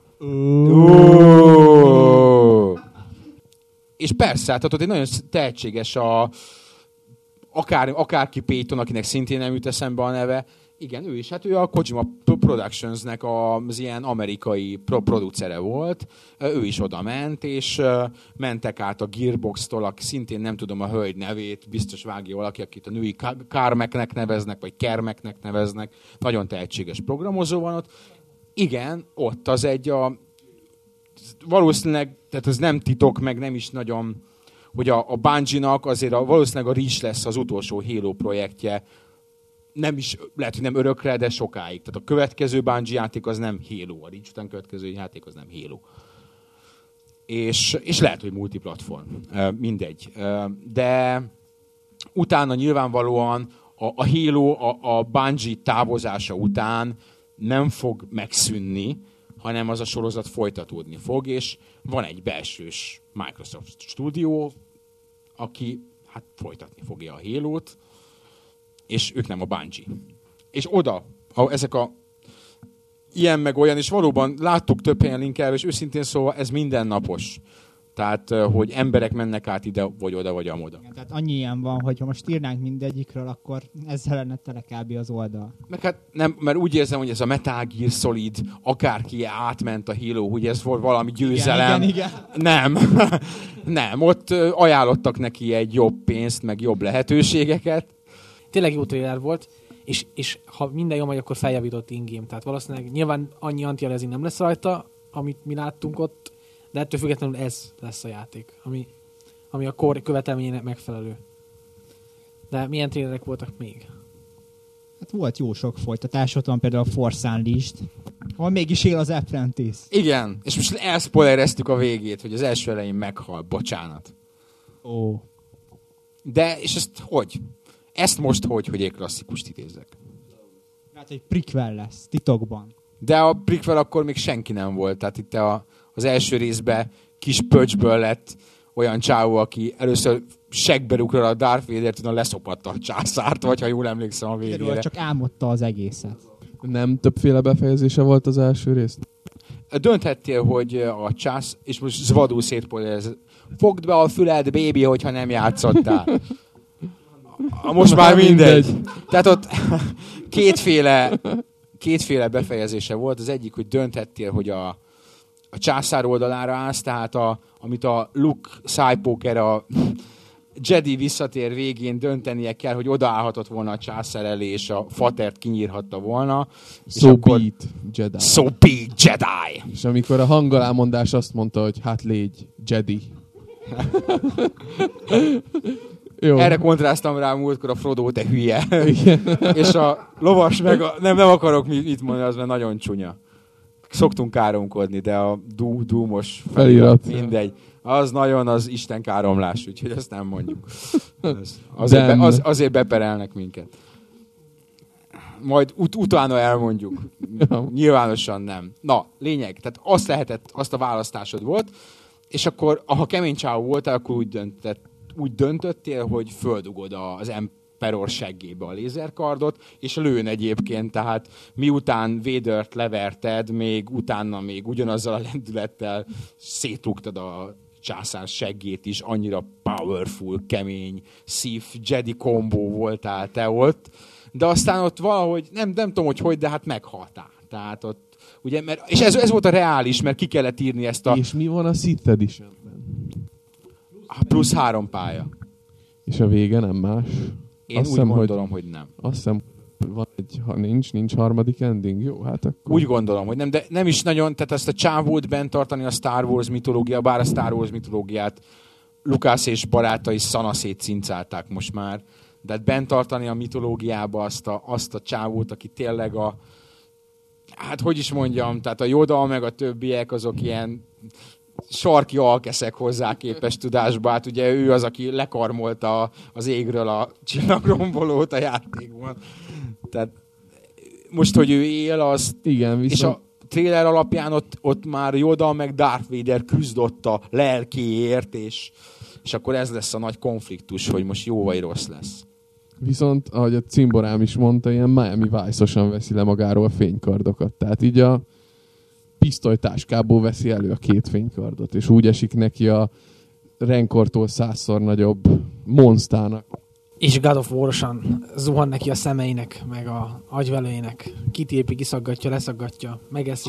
[SPEAKER 1] Oh. És persze, tehát ott egy nagyon tehetséges a akár, akárki Payton, akinek szintén nem jut eszembe a neve. Igen, ő is. Hát ő a Kojima Productionsnek az ilyen amerikai producere volt. Ő is oda ment, és mentek át a Gearbox-tól, aki szintén nem tudom a hölgy nevét, biztos vágja valaki, akit a női Carmacknek neveznek, vagy Kermeknek neveznek. Nagyon tehetséges programozó van ott. Igen, ott az egy a... Valószínűleg, tehát ez nem titok, meg nem is nagyon, hogy a, a Bungie-nak azért a, valószínűleg a Reach lesz az utolsó Halo projektje, nem is, lehet, hogy nem örökre, de sokáig. Tehát a következő Bungie játék az nem Halo, a Reach után következő játék az nem Halo. És, és lehet, hogy multiplatform. Mindegy. De utána nyilvánvalóan a, a Halo, a, a Bungie távozása után nem fog megszűnni, hanem az a sorozat folytatódni fog, és van egy belsős Microsoft stúdió, aki hát folytatni fogja a Halo-t, és ők nem a Bungie. És oda, ha ezek a ilyen meg olyan, és valóban láttuk több helyen linkelve, és őszintén szóval ez mindennapos. Tehát, hogy emberek mennek át ide, vagy oda, vagy amoda.
[SPEAKER 4] Igen, tehát annyi ilyen van, hogy ha most írnánk mindegyikről, akkor ezzel lenne tele kb. Az oldal.
[SPEAKER 1] Meg hát nem, mert úgy érzem, hogy ez a Metal Gear Solid, akárki átment a Halo, hogy ez volt valami győzelem.
[SPEAKER 4] Igen, igen, igen.
[SPEAKER 1] Nem. Nem, ott ajánlottak neki egy jobb pénzt, meg jobb lehetőségeket.
[SPEAKER 3] Tényleg jó trailer volt, és, és ha minden jó megy, akkor feljavított in-game. Tehát valószínűleg nyilván annyi anti-aliasing nem lesz rajta, amit mi láttunk ott, de ettől függetlenül ez lesz a játék, ami, ami a core követelményének megfelelő. De milyen trailerek voltak még?
[SPEAKER 4] Hát volt jó sok folytatás, ott van például a Force Unleashed, ahol mégis él az Apprentice.
[SPEAKER 1] Igen, és most elspoilereztük a végét, hogy az első elején meghal, bocsánat.
[SPEAKER 4] Ó.
[SPEAKER 1] De, és ezt hogy? Ezt most hogy, hogy egy klasszikust idézzek?
[SPEAKER 4] Hát egy prequel lesz, titokban.
[SPEAKER 1] De a prequel akkor még senki nem volt, tehát itt a, az első részben kis pöcsből lett olyan csávó, aki először seggbe rúgta a Darth Vader-t, utána leszopatta a császárt, vagy ha jól emlékszem a végére.
[SPEAKER 4] Erről csak álmodta az egészet.
[SPEAKER 2] Nem többféle befejezése volt az első rész?
[SPEAKER 1] Dönthettél, hogy a csász, és most zvadul szétpolyez, fogd be a füled, baby, hogyha nem játszottál. Most már mindegy. Tehát ott kétféle, kétféle befejezése volt. Az egyik, hogy dönthettél, hogy a, a császár oldalára állsz, tehát a, amit a Luke Skywalker a Jedi visszatér végén döntenie kell, hogy odaállhatott volna a császár elé, és a fatert kinyírhatta volna.
[SPEAKER 2] So akkor, be it, Jedi.
[SPEAKER 1] So be Jedi.
[SPEAKER 2] És amikor a hangalámondás azt mondta, hogy hát légy Jedi. Jó.
[SPEAKER 1] Erre kontráztam rá múltkor a Frodo, te hülye. És a lovas meg a... Nem, nem akarok mit mondani, az mert nagyon csúnya. Szoktunk káromkodni, de a dú, dúmos
[SPEAKER 2] felirat,
[SPEAKER 1] mindegy. Az nagyon az Isten káromlás, úgyhogy ezt nem mondjuk. Az, azért, be, az, azért beperelnek minket. Majd ut- utána elmondjuk. Nyilvánosan nem. Na, lényeg. Tehát azt lehetett, azt a választásod volt, és akkor, ha kemény csávó voltál, akkor úgy, döntött, úgy döntöttél, hogy földugod az Emperor seggébe a lézerkardot, és lőn egyébként, tehát miután Vadert leverted, még utána még ugyanazzal a lendülettel szétrugtad a császár seggét is, annyira powerful, kemény, Sith Jedi kombó voltál te ott, de aztán ott valahogy, nem, nem tudom, hogy hogy, de hát meghaltál. Tehát ott, ugye, mert, és ez, ez volt a reális, mert ki kellett írni ezt a...
[SPEAKER 2] És mi van a Sith Editionben?
[SPEAKER 1] Plusz három pálya.
[SPEAKER 2] És a vége nem más?
[SPEAKER 1] Én
[SPEAKER 2] azt
[SPEAKER 1] úgy
[SPEAKER 2] hiszem,
[SPEAKER 1] gondolom,
[SPEAKER 2] hogy,
[SPEAKER 1] hogy nem.
[SPEAKER 2] Azt hiszem, van egy, ha nincs, nincs harmadik ending. Jó, hát akkor...
[SPEAKER 1] Úgy gondolom, hogy nem, de nem is nagyon, tehát ezt a csávót bent tartani a Star Wars mitológia, bár a Star Wars mitológiát Lucas és barátai szanaszét cincálták most már, de hát bent tartani a mitológiába azt a, azt a csávót, aki tényleg a, hát hogy is mondjam, tehát a Yoda meg a többiek azok ilyen sarki alkeszek hozzá képes tudásba. Hát ugye ő az, aki lekarmolta az égről a csillagrombolót a játékban. Tehát most, hogy ő él, az...
[SPEAKER 2] Igen, viszont...
[SPEAKER 1] És a trailer alapján ott, ott már Yoda meg Darth Vader küzdött a lelkéért, és, és akkor ez lesz a nagy konfliktus, hogy most jó vagy rossz lesz.
[SPEAKER 2] Viszont, ahogy a cimborám is mondta, ilyen Miami Vice-osan veszi le magáról a fénykardokat. Tehát így a pisztolytáskából veszi elő a két fénykardot, és úgy esik neki a Rancortól százszor nagyobb monsztának.
[SPEAKER 3] És God of War-osan zuhan neki a szemeinek, meg a agyvelőjének. Kitépi, kiszaggatja, leszaggatja, megeszi.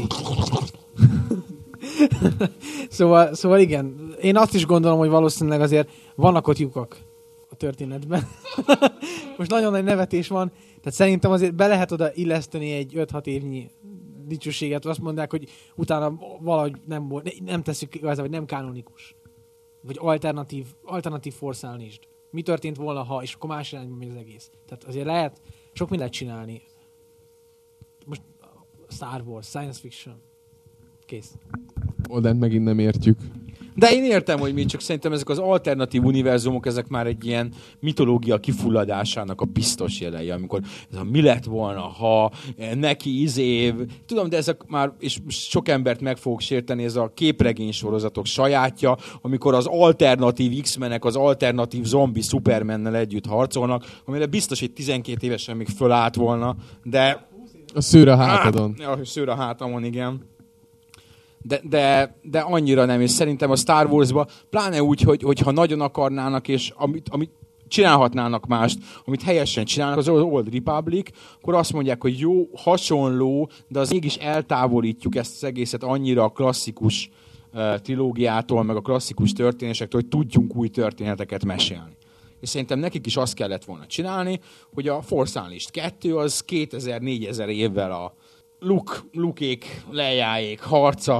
[SPEAKER 3] szóval, szóval igen, én azt is gondolom, hogy valószínűleg azért vannak ott lyukak a történetben. Most nagyon nagy nevetés van, tehát szerintem azért be lehet oda illeszteni egy öt-hat évnyi dicsőséget, azt mondják, hogy utána valahogy nem, nem tesszük igazán, vagy nem kanonikus. Vagy alternatív, alternatív forszálnisd. Mi történt volna, ha, és akkor más irányba megy az egész. Tehát azért lehet, sok mindent csinálni. Most Star Wars, science fiction. Kész.
[SPEAKER 2] Odent megint nem értjük.
[SPEAKER 1] De én értem, hogy mi, csak szerintem ezek az alternatív univerzumok, ezek már egy ilyen mitológia kifulladásának a biztos jelei, amikor ez a mi lett volna, ha neki izé, tudom, de ezek már, és sok embert meg fogok sérteni, ez a képregény sorozatok sajátja, amikor az alternatív X-menek az alternatív zombi Supermannel együtt harcolnak, amire biztos, hogy tizenkét évesen még fölállt volna, de...
[SPEAKER 2] A szőr a hátadon.
[SPEAKER 1] Á, a szőr a hátamon, igen. De, de, de annyira nem, és szerintem a Star Wars-ba, pláne úgy, hogy, hogyha nagyon akarnának, és amit, amit csinálhatnának mást, amit helyesen csinálnak, az Old Republic, akkor azt mondják, hogy jó, hasonló, de az mégis eltávolítjuk ezt az egészet annyira a klasszikus uh, trilógiától, meg a klasszikus történésektől, hogy tudjunk új történeteket mesélni. És szerintem nekik is azt kellett volna csinálni, hogy a Force Unleashed kettő az kétezer-négyezer évvel a Luke, Luke-ék, Leiáék harca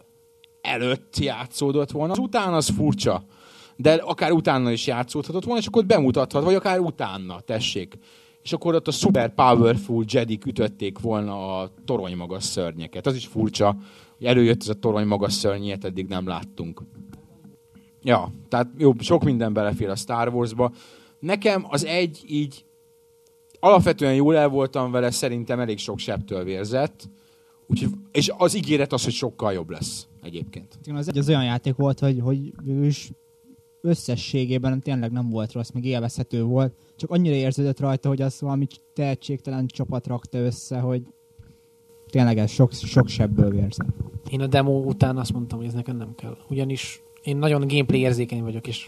[SPEAKER 1] előtt játszódott volna. Az után az furcsa, de akár utána is játszódhatott volna, és akkor bemutathat, vagy akár utána, tessék. És akkor ott a super powerful Jedik ütötték volna a toronymagas szörnyeket. Az is furcsa, hogy előjött ez a toronymagas szörny, ilyet eddig nem láttunk. Ja, tehát jó, sok minden belefér a Star Wars-ba. Nekem az egy így alapvetően jól el voltam vele, szerintem elég sok sebtől vérzett. Úgyhogy, és az ígéret az, hogy sokkal jobb lesz egyébként.
[SPEAKER 4] Az egy az olyan játék volt, hogy, hogy is összességében tényleg nem volt rossz, még élvezhető volt. Csak annyira érződött rajta, hogy az valami tehetségtelen csapat rakta össze, hogy tényleg ez sok, sok sebből vérzett.
[SPEAKER 3] Én a demo után azt mondtam, hogy ez nekem nem kell. Ugyanis én nagyon gameplay érzékeny vagyok, és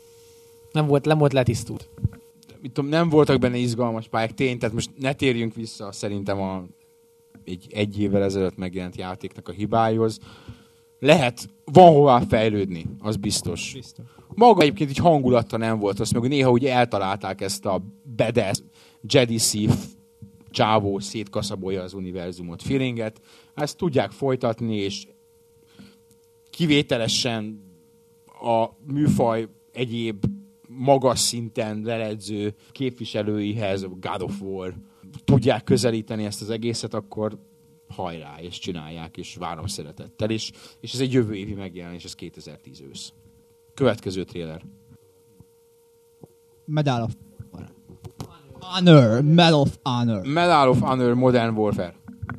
[SPEAKER 3] nem volt, nem volt letisztult.
[SPEAKER 1] Tudom, nem voltak benne izgalmas pályák, tény, tehát most ne térjünk vissza szerintem a egy, egy évvel ezelőtt megjelent játéknak a hibáihoz. Lehet, van hová fejlődni, az biztos.
[SPEAKER 4] biztos.
[SPEAKER 1] Maga egyébként így hangulatta nem volt, azt meg néha úgy eltalálták ezt a badass Jedi Sith csávó szétkaszabolja az univerzumot feelinget. Ezt tudják folytatni, és kivételesen a műfaj egyéb magas szinten leledző képviselőihez, God of War tudják közelíteni ezt az egészet, akkor hajrá, és csinálják, és várom szeretettel, és, és ez egy jövő évi megjelenés, ez kétezer-tíz ősz. Következő trailer.
[SPEAKER 4] Medal of Honor. Medal of Honor.
[SPEAKER 1] Medal of Honor Modern Warfare.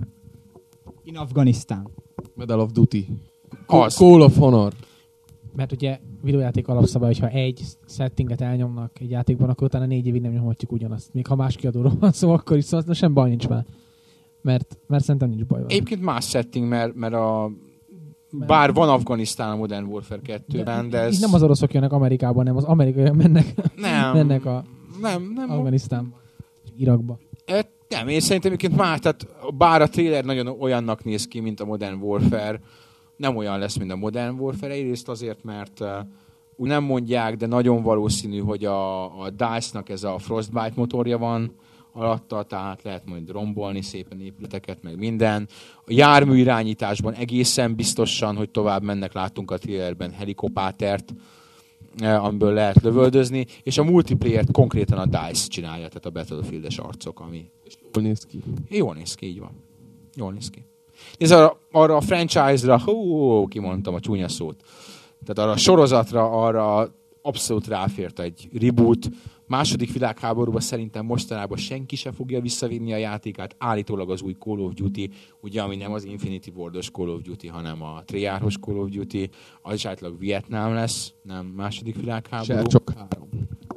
[SPEAKER 4] In Afghanistan.
[SPEAKER 2] Medal of Duty.
[SPEAKER 1] Az.
[SPEAKER 2] Call of Honor.
[SPEAKER 3] Mert ugye videójáték alapszabály, hogyha egy settinget elnyomnak egy játékban, akkor utána négy évig nem nyomhatjuk ugyanazt. Még ha más kiadóról van szó, akkor is szóval sem baj nincs már. Mert, mert szerintem nincs baj. Van.
[SPEAKER 1] Egyébként más setting, mert, mert a... Bár van Afganisztán a Modern Warfare kettőben, de ez...
[SPEAKER 3] Itt nem az oroszok jönnek Amerikában, nem az amerikaiak mennek,
[SPEAKER 1] nem,
[SPEAKER 3] mennek a
[SPEAKER 1] nem, nem,
[SPEAKER 3] Afganisztánba, Irakba.
[SPEAKER 1] E, nem, én szerintem egyébként már, tehát bár a trailer nagyon olyannak néz ki, mint a Modern Warfare, nem olyan lesz, mint a Modern Warfare. Egyrészt azért, mert uh, úgy nem mondják, de nagyon valószínű, hogy a, a dice-nak ez a Frostbite motorja van alatta, tehát lehet majd rombolni szépen épületeket, meg minden. A jármű irányításban egészen biztosan, hogy tovább mennek, láttunk a trailerben helikoptert, amiből lehet lövöldözni, és a multiplayer-t konkrétan a dice csinálja, tehát a Battlefield-es arcok, ami...
[SPEAKER 2] Jól néz ki.
[SPEAKER 1] Jól néz ki, így van. Jól néz ki. Ez arra, arra a franchise-ra, hú, kimondtam a csúnya szót, tehát arra a sorozatra, arra abszolút ráfért egy reboot. Második világháborúban szerintem mostanában senki se fogja visszavinni a játékát. Állítólag az új Call of Duty, ugye, ami nem az Infinity Ward-os Call of Duty, hanem a Treyarch-os Call of Duty, az is általában Vietnám lesz, nem második világháború.
[SPEAKER 2] Se, csak három.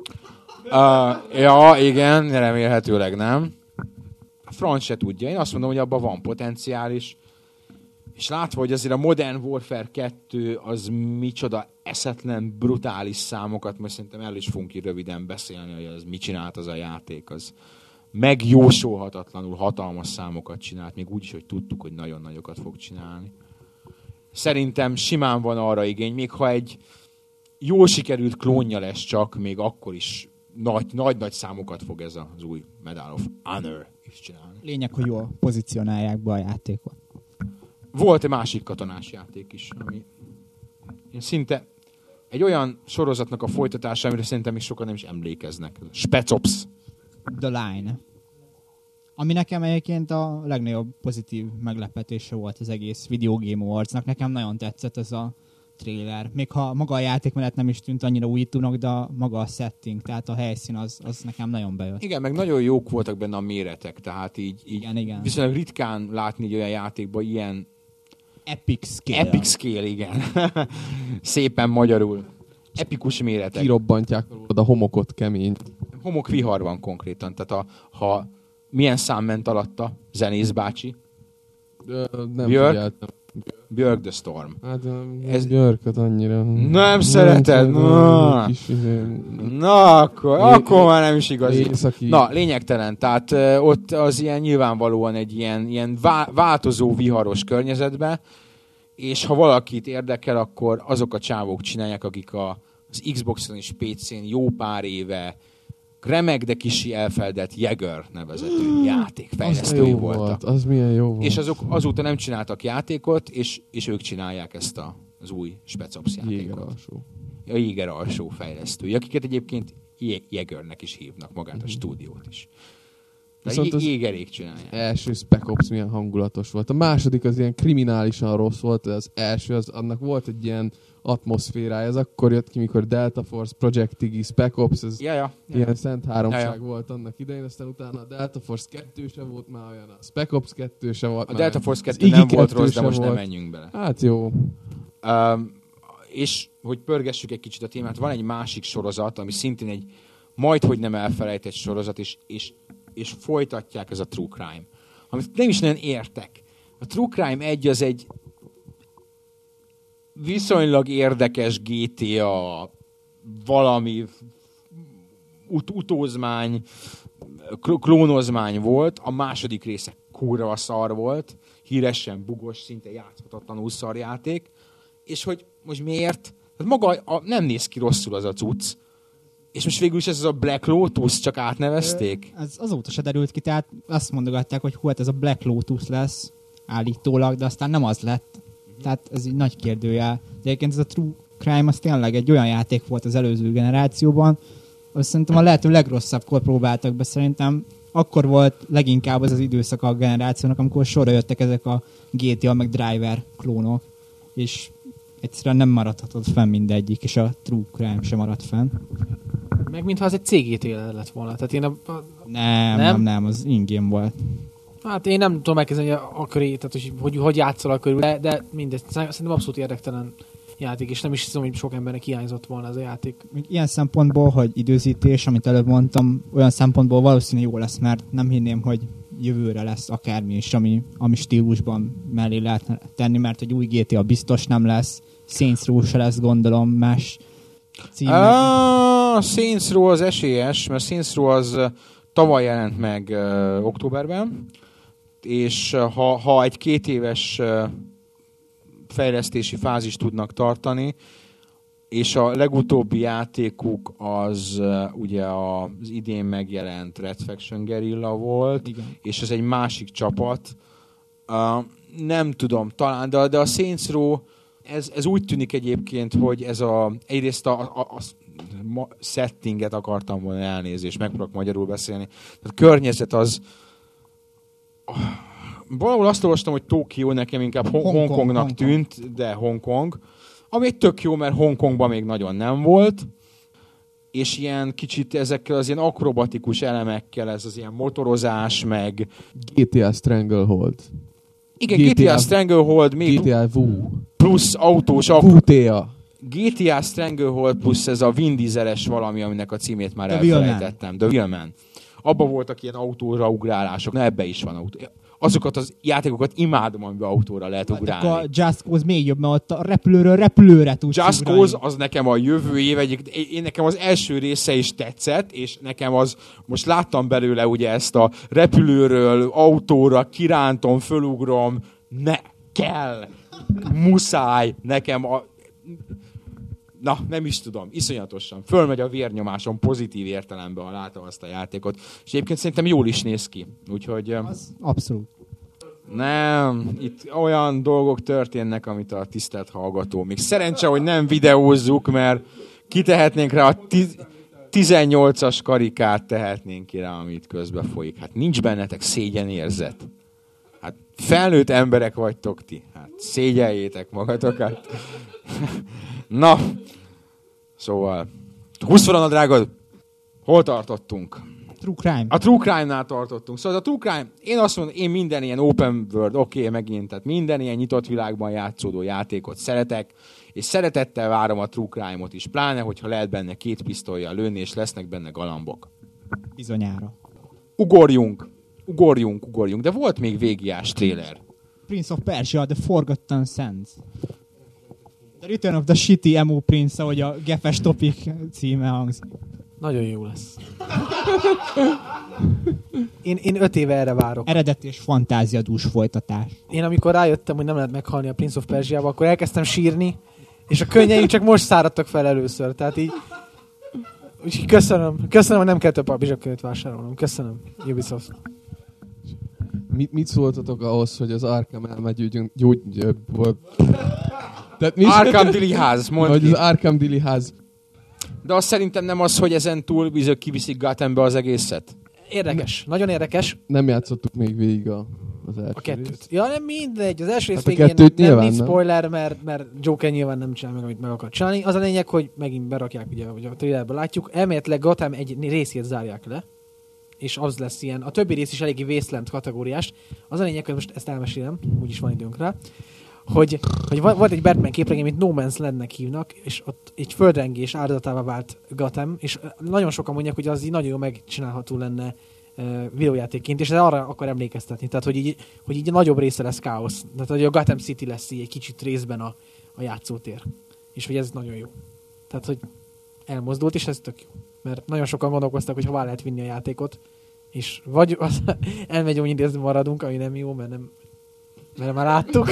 [SPEAKER 1] Uh, ja, igen, remélhetőleg nem. A franc se tudja. Én azt mondom, hogy abban van potenciál is. És látva, hogy azért a Modern Warfare kettő az micsoda eszetlen, brutális számokat, most szerintem el is fogunk így röviden beszélni, hogy az mit csinált az a játék, az megjósolhatatlanul hatalmas számokat csinált, még úgy is, hogy tudtuk, hogy nagyon nagyokat fog csinálni. Szerintem simán van arra igény, még ha egy jól sikerült klónja lesz csak, még akkor is nagy-nagy számokat fog ez az új Medal of Honor is csinálni.
[SPEAKER 4] Lényeg, hogy jól pozícionálják be a játékot.
[SPEAKER 1] Volt egy másik katonás játék is, ami szinte egy olyan sorozatnak a folytatása, amire szerintem még sokan nem is emlékeznek. Spec Ops.
[SPEAKER 4] The Line. Ami nekem egyébként a legnagyobb pozitív meglepetése volt az egész Video Game Awards-nak. Nekem nagyon tetszett ez a trailer. Még ha maga a játékmenet nem is tűnt annyira újítónak, de maga a setting, tehát a helyszín az, az nekem nagyon bejött.
[SPEAKER 1] Igen, meg nagyon jók voltak benne a méretek, tehát így, így
[SPEAKER 4] igen, igen.
[SPEAKER 1] viszonylag ritkán látni egy olyan játékban ilyen
[SPEAKER 4] Epic scale.
[SPEAKER 1] Epic scale, igen. Szépen magyarul. Epikus méretek.
[SPEAKER 2] Kirobbantják a homokot kemény.
[SPEAKER 1] Homokvihar van konkrétan, tehát a, ha milyen szám ment alatta, Zenész bácsi?
[SPEAKER 2] Ö, nem
[SPEAKER 1] Björk?
[SPEAKER 2] figyeltem.
[SPEAKER 1] Björk the Storm.
[SPEAKER 2] Hát
[SPEAKER 1] Ez-
[SPEAKER 2] ez Björköt annyira...
[SPEAKER 1] Nem szereted? Na,
[SPEAKER 2] Kis, izé,
[SPEAKER 1] Na akkor,
[SPEAKER 2] É-
[SPEAKER 1] akkor már nem is igazi.
[SPEAKER 2] északi...
[SPEAKER 1] Na, lényegtelen. Tehát ö, ott az ilyen nyilvánvalóan egy ilyen, ilyen vá- változó, viharos környezetben, és ha valakit érdekel, akkor azok a csávók csinálják, akik a, az Xboxon és pé cén jó pár éve remek, de kisi elfeledett Jäger nevezetű játékfejlesztői
[SPEAKER 2] jó
[SPEAKER 1] voltak.
[SPEAKER 2] volt, az milyen jó volt.
[SPEAKER 1] És azok azóta nem csináltak játékot, és, és ők csinálják ezt a, az új Spec Ops
[SPEAKER 2] Jéger
[SPEAKER 1] játékot.
[SPEAKER 2] alsó.
[SPEAKER 1] A Jéger alsó fejlesztői, akiket egyébként Jägernek is hívnak, magát a
[SPEAKER 2] Mhm.
[SPEAKER 1] stúdiót is. De
[SPEAKER 2] Viszont az-
[SPEAKER 1] Jégerék csinálják.
[SPEAKER 2] Első Spec Ops milyen hangulatos volt. A második az ilyen kriminálisan rossz volt, de az első, az, annak volt egy ilyen atmoszférája. Ez akkor jött ki, mikor Delta Force, Project Iggy, Spec Ops, ez
[SPEAKER 1] Ja, ja.
[SPEAKER 2] ilyen szent háromság
[SPEAKER 1] Ja, ja.
[SPEAKER 2] volt annak idején, aztán utána a Delta Force kettő se volt már olyan, a Spec Ops kettő se volt
[SPEAKER 1] A
[SPEAKER 2] már.
[SPEAKER 1] Delta Force
[SPEAKER 2] az
[SPEAKER 1] kettő
[SPEAKER 2] Iggy
[SPEAKER 1] nem volt
[SPEAKER 2] kettő
[SPEAKER 1] rossz, de
[SPEAKER 2] se
[SPEAKER 1] most nem
[SPEAKER 2] volt.
[SPEAKER 1] menjünk bele.
[SPEAKER 2] Hát jó.
[SPEAKER 1] Um, és hogy pörgessük egy kicsit a témát, van egy másik sorozat, ami szintén egy majdhogy nem elfelejtett sorozat, és, és, és folytatják, ez a True Crime. Amit nem is nagyon értek. A True Crime egy az egy viszonylag érdekes gé té á valami ut- utózmány, kl- klónozmány volt. A második része kurva szar volt, híresen bugos, szinte játszhatatlanul szarjáték. És hogy most miért? Hát maga a, nem néz ki rosszul az a cucc. És most végül is ez az a Black Lotus, csak átnevezték?
[SPEAKER 4] Ez azóta se derült ki, tehát azt mondogatták, hogy hú, hát ez a Black Lotus lesz állítólag, de aztán nem az lett. Tehát ez egy nagy kérdőjel. De egyébként ez a True Crime az tényleg egy olyan játék volt az előző generációban, azt szerintem a lehető legrosszabbkor próbáltak be, szerintem akkor volt leginkább az az időszak a generációnak, amikor sorra jöttek ezek a gé té á meg Driver klónok, és egyszerűen nem maradhatott fenn mindegyik, és a True Crime sem maradt fenn.
[SPEAKER 3] Meg mintha az egy cé gé té lett volna. Tehát én a, a,
[SPEAKER 4] nem, nem, nem, nem, az in-game volt.
[SPEAKER 3] Hát én nem tudom elkezdeni, hogy a köré, tehát hogy, hogy, hogy játszol a körül, de, de mindegy. Szerintem abszolút érdektelen játék, és nem is hiszem, hogy sok embernek hiányzott volna ez a játék.
[SPEAKER 4] Ilyen szempontból, hogy időzítés, amit előbb mondtam, olyan szempontból valószínűleg jó lesz, mert nem hinném, hogy jövőre lesz akármi is, ami, ami stílusban mellé lehet tenni, mert egy új gé té á biztos nem lesz, Saints Row se lesz, gondolom, más címek.
[SPEAKER 1] A Saints Row az esélyes, mert Saints Row az tavaly jelent meg uh, októberben, és uh, ha, ha egy két éves uh, fejlesztési fázist tudnak tartani, és a legutóbbi játékuk az uh, ugye az idén megjelent Red Faction Guerrilla volt,
[SPEAKER 4] igen,
[SPEAKER 1] és ez egy másik csapat. Uh, nem tudom, talán, de, de a Saints Row, ez, ez úgy tűnik egyébként, hogy ez a, egyrészt a, a, a ma, settinget akartam volna elnézést, megpróbálok magyarul beszélni. Tehát a környezet az... Valahol azt olvastam, hogy Tokió nekem inkább Hong-
[SPEAKER 4] Hongkong,
[SPEAKER 1] Hongkongnak
[SPEAKER 4] Hongkong.
[SPEAKER 1] tűnt, de Hongkong. Ami egy tök jó, mert Hongkongban még nagyon nem volt. És ilyen kicsit ezekkel az ilyen akrobatikus elemekkel, ez az ilyen motorozás, meg...
[SPEAKER 2] gé té á Stranglehold.
[SPEAKER 1] Igen, gé té á Stranglehold, még
[SPEAKER 2] gé té á Wu.
[SPEAKER 1] plusz autós... ak-
[SPEAKER 2] wu té á.
[SPEAKER 1] gé té á Stranglehold plusz ez a Vin Diesel-es valami, aminek a címét már
[SPEAKER 4] The
[SPEAKER 1] elfelejtettem. The Wheelman. Abban voltak ilyen autóra ugrálások. Na, ebbe is van autó. Azokat az játékokat imádom, amiben autóra lehet ugrálni.
[SPEAKER 4] A Just Cause még jobb, mert ott a repülőről repülőre tudsz
[SPEAKER 1] Just
[SPEAKER 4] ugrani.
[SPEAKER 1] Cause az nekem a jövő év egyik, én nekem az első része is tetszett, és nekem az, most láttam belőle ugye ezt a repülőről, autóra, kirántom, fölugrom, ne, kell, muszáj, nekem a... Na, nem is tudom, iszonyatosan. Fölmegy a vérnyomásom pozitív értelemben, ha látom azt a játékot. És egyébként szerintem jól is néz ki. Úgyhogy...
[SPEAKER 4] Az abszolút.
[SPEAKER 1] Nem, itt olyan dolgok történnek, amit a tisztelt hallgató. Még szerencse, hogy nem videózzuk, mert kitehetnénk rá a tiz- tizennyolcas karikát tehetnénk ki rá, amit közbe folyik. Hát nincs bennetek szégyenérzet. Hát felnőtt emberek vagytok ti. Hát szégyeljétek magatokat. Na, szóval, húsz forrón a drágad, hol tartottunk?
[SPEAKER 4] True Crime.
[SPEAKER 1] A True Crime-nál tartottunk. Szóval a True Crime, én azt mondom, én minden ilyen open world, oké, okay, megint, tehát minden ilyen nyitott világban játszódó játékot szeretek, és szeretettel várom a True Crime-ot is, pláne, hogyha lehet benne két pisztollyal lőni, és lesznek benne galambok.
[SPEAKER 4] Bizonyára.
[SPEAKER 1] Ugorjunk, ugorjunk, ugorjunk, de volt még végiás trailer.
[SPEAKER 4] Prince of Persia, The Forgotten Sands. The Return of the Shitty Emo Prince, ahogy a Gefes Topic címe hangzik.
[SPEAKER 3] Nagyon jó lesz. Én, én öt éve erre várok.
[SPEAKER 4] Eredeti és fantáziadús folytatás.
[SPEAKER 3] Én amikor rájöttem, hogy nem lehet meghalni a Prince of Persia-ba, akkor elkezdtem sírni, és a könnyeim csak most száradtak fel először. Tehát így... Úgyhogy köszönöm. Köszönöm, hogy nem kell több abizsakkönyvet vásárolnom. Köszönöm, Ubisoft.
[SPEAKER 2] Mit, mit szóltatok ahhoz, hogy az Arkham elmegyőgyünk... Gyógy... Tehát mi
[SPEAKER 1] Arkham Dili ház, mondd
[SPEAKER 2] Hogy
[SPEAKER 1] ki.
[SPEAKER 2] az Arkham Dili ház.
[SPEAKER 1] De azt szerintem nem az, hogy ezen túl bizony kiviszik Gothambe az egészet.
[SPEAKER 3] Érdekes. Nagyon érdekes.
[SPEAKER 2] Nem játszottuk még végig a, az első
[SPEAKER 3] A kettőt.
[SPEAKER 2] részt.
[SPEAKER 3] Ja, nem mindegy. Az első rész
[SPEAKER 2] Hát a
[SPEAKER 3] végén
[SPEAKER 2] kettőt
[SPEAKER 3] nem
[SPEAKER 2] nyilván
[SPEAKER 3] nincs
[SPEAKER 2] nem.
[SPEAKER 3] spoiler, mert, mert Joker nyilván nem csinál meg, amit meg akar csinálni. Az a lényeg, hogy megint berakják, ugye, hogy a trailerben látjuk. Elméletileg Gotham egy részét zárják le, és az lesz ilyen. A többi rész is eléggé Wasteland kategóriás. Az a lényeg, hogy most ezt elmesélem, úgyis van időnk rá, hogy, hogy volt egy Batman képregény, amit No Man's Landnek hívnak, és ott egy földrengés áldozatává vált Gotham, és nagyon sokan mondják, hogy az így nagyon jól megcsinálható lenne uh, videójátékként, és ez arra akar emlékeztetni, tehát hogy így, hogy így a nagyobb része lesz káosz, tehát hogy a Gotham City lesz így egy kicsit részben a, a játszótér, és hogy ez nagyon jó. Tehát, hogy elmozdult, és ez tök jó. Mert nagyon sokan gondolkoztak, hogy hová lehet vinni a játékot, és vagy az elmegy, hogy idézni maradunk, ami nem jó, mert nem mert már láttuk.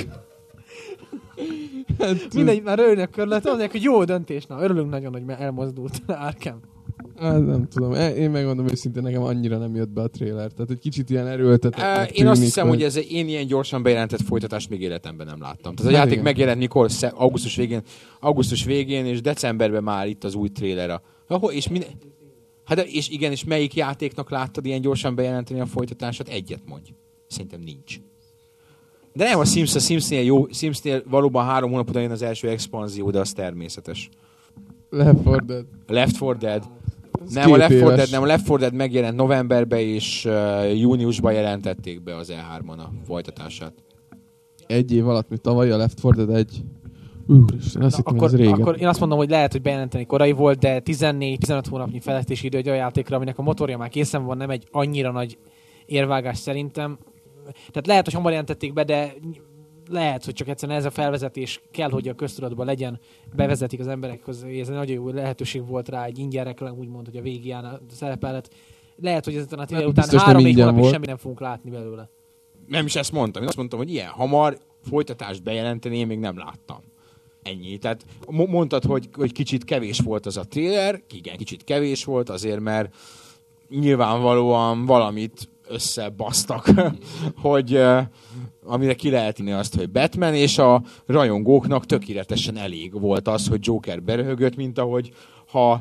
[SPEAKER 2] Hát,
[SPEAKER 3] Mindegy, már örülnek körülött, mondják, hogy jó döntés. Na, örülünk nagyon, hogy elmozdult Arkham.
[SPEAKER 2] Hát nem tudom. Én megmondom őszintén, nekem annyira nem jött be a trailer. Tehát egy kicsit ilyen erőltetett.
[SPEAKER 1] Én azt hiszem, hogy ez, én ilyen gyorsan bejelentett folytatást még életemben nem láttam. Tehát a játék igen. megjelent mikor? Augusztus végén, augusztus végén és decemberben már itt az új trailer. Ahol, és minden... Hát és igen, és melyik játéknak láttad ilyen gyorsan bejelenteni a folytatását? Egyet mondj. Szerintem nincs. De nem, a Sims, a Simsnél jó, Simsnél valóban három hónap után jön az első expanzió, de az természetes.
[SPEAKER 2] Left four Dead.
[SPEAKER 1] Left four Dead. Nem a, Left four Dead, nem a Left four Dead megjelent novemberben, és uh, júniusban jelentették be az E hármon a folytatását.
[SPEAKER 2] Egy év alatt, mi tavaly a Left four Dead egy. Úristen, azt hittem,
[SPEAKER 3] akkor,
[SPEAKER 2] ez régen.
[SPEAKER 3] akkor én azt mondom, hogy lehet, hogy bejelenteni korai volt, de tizennégy-tizenöt hónapnyi fejlesztési idő egy olyan játékra, aminek a motorja már készen van, nem egy annyira nagy érvágás szerintem. Tehát lehet, hogy hamar jelentették be, de lehet, hogy csak egyszerűen ez a felvezetés kell, hogy a köztudatban legyen, bevezetik az emberekhez, ez egy nagyon jó lehetőség volt rá, egy ingyen reklám, úgymond, hogy a végén szerepelhet. Lehet, hogy ezután a tényleg után három-négy hónapig semmi nem fogunk látni belőle.
[SPEAKER 1] Nem is ezt mondtam. Én azt mondtam, hogy ilyen hamar folytatást bejelenteni én még nem láttam. Ennyi. Tehát mondtad, hogy, hogy kicsit kevés volt az a trailer. Igen, kicsit kevés volt azért, mert nyilvánvalóan valamit összebasztak, hogy uh, amire ki lehet inni azt, hogy Batman, és a rajongóknak tökéletesen elég volt az, hogy Joker beröhögött, mint ahogy ha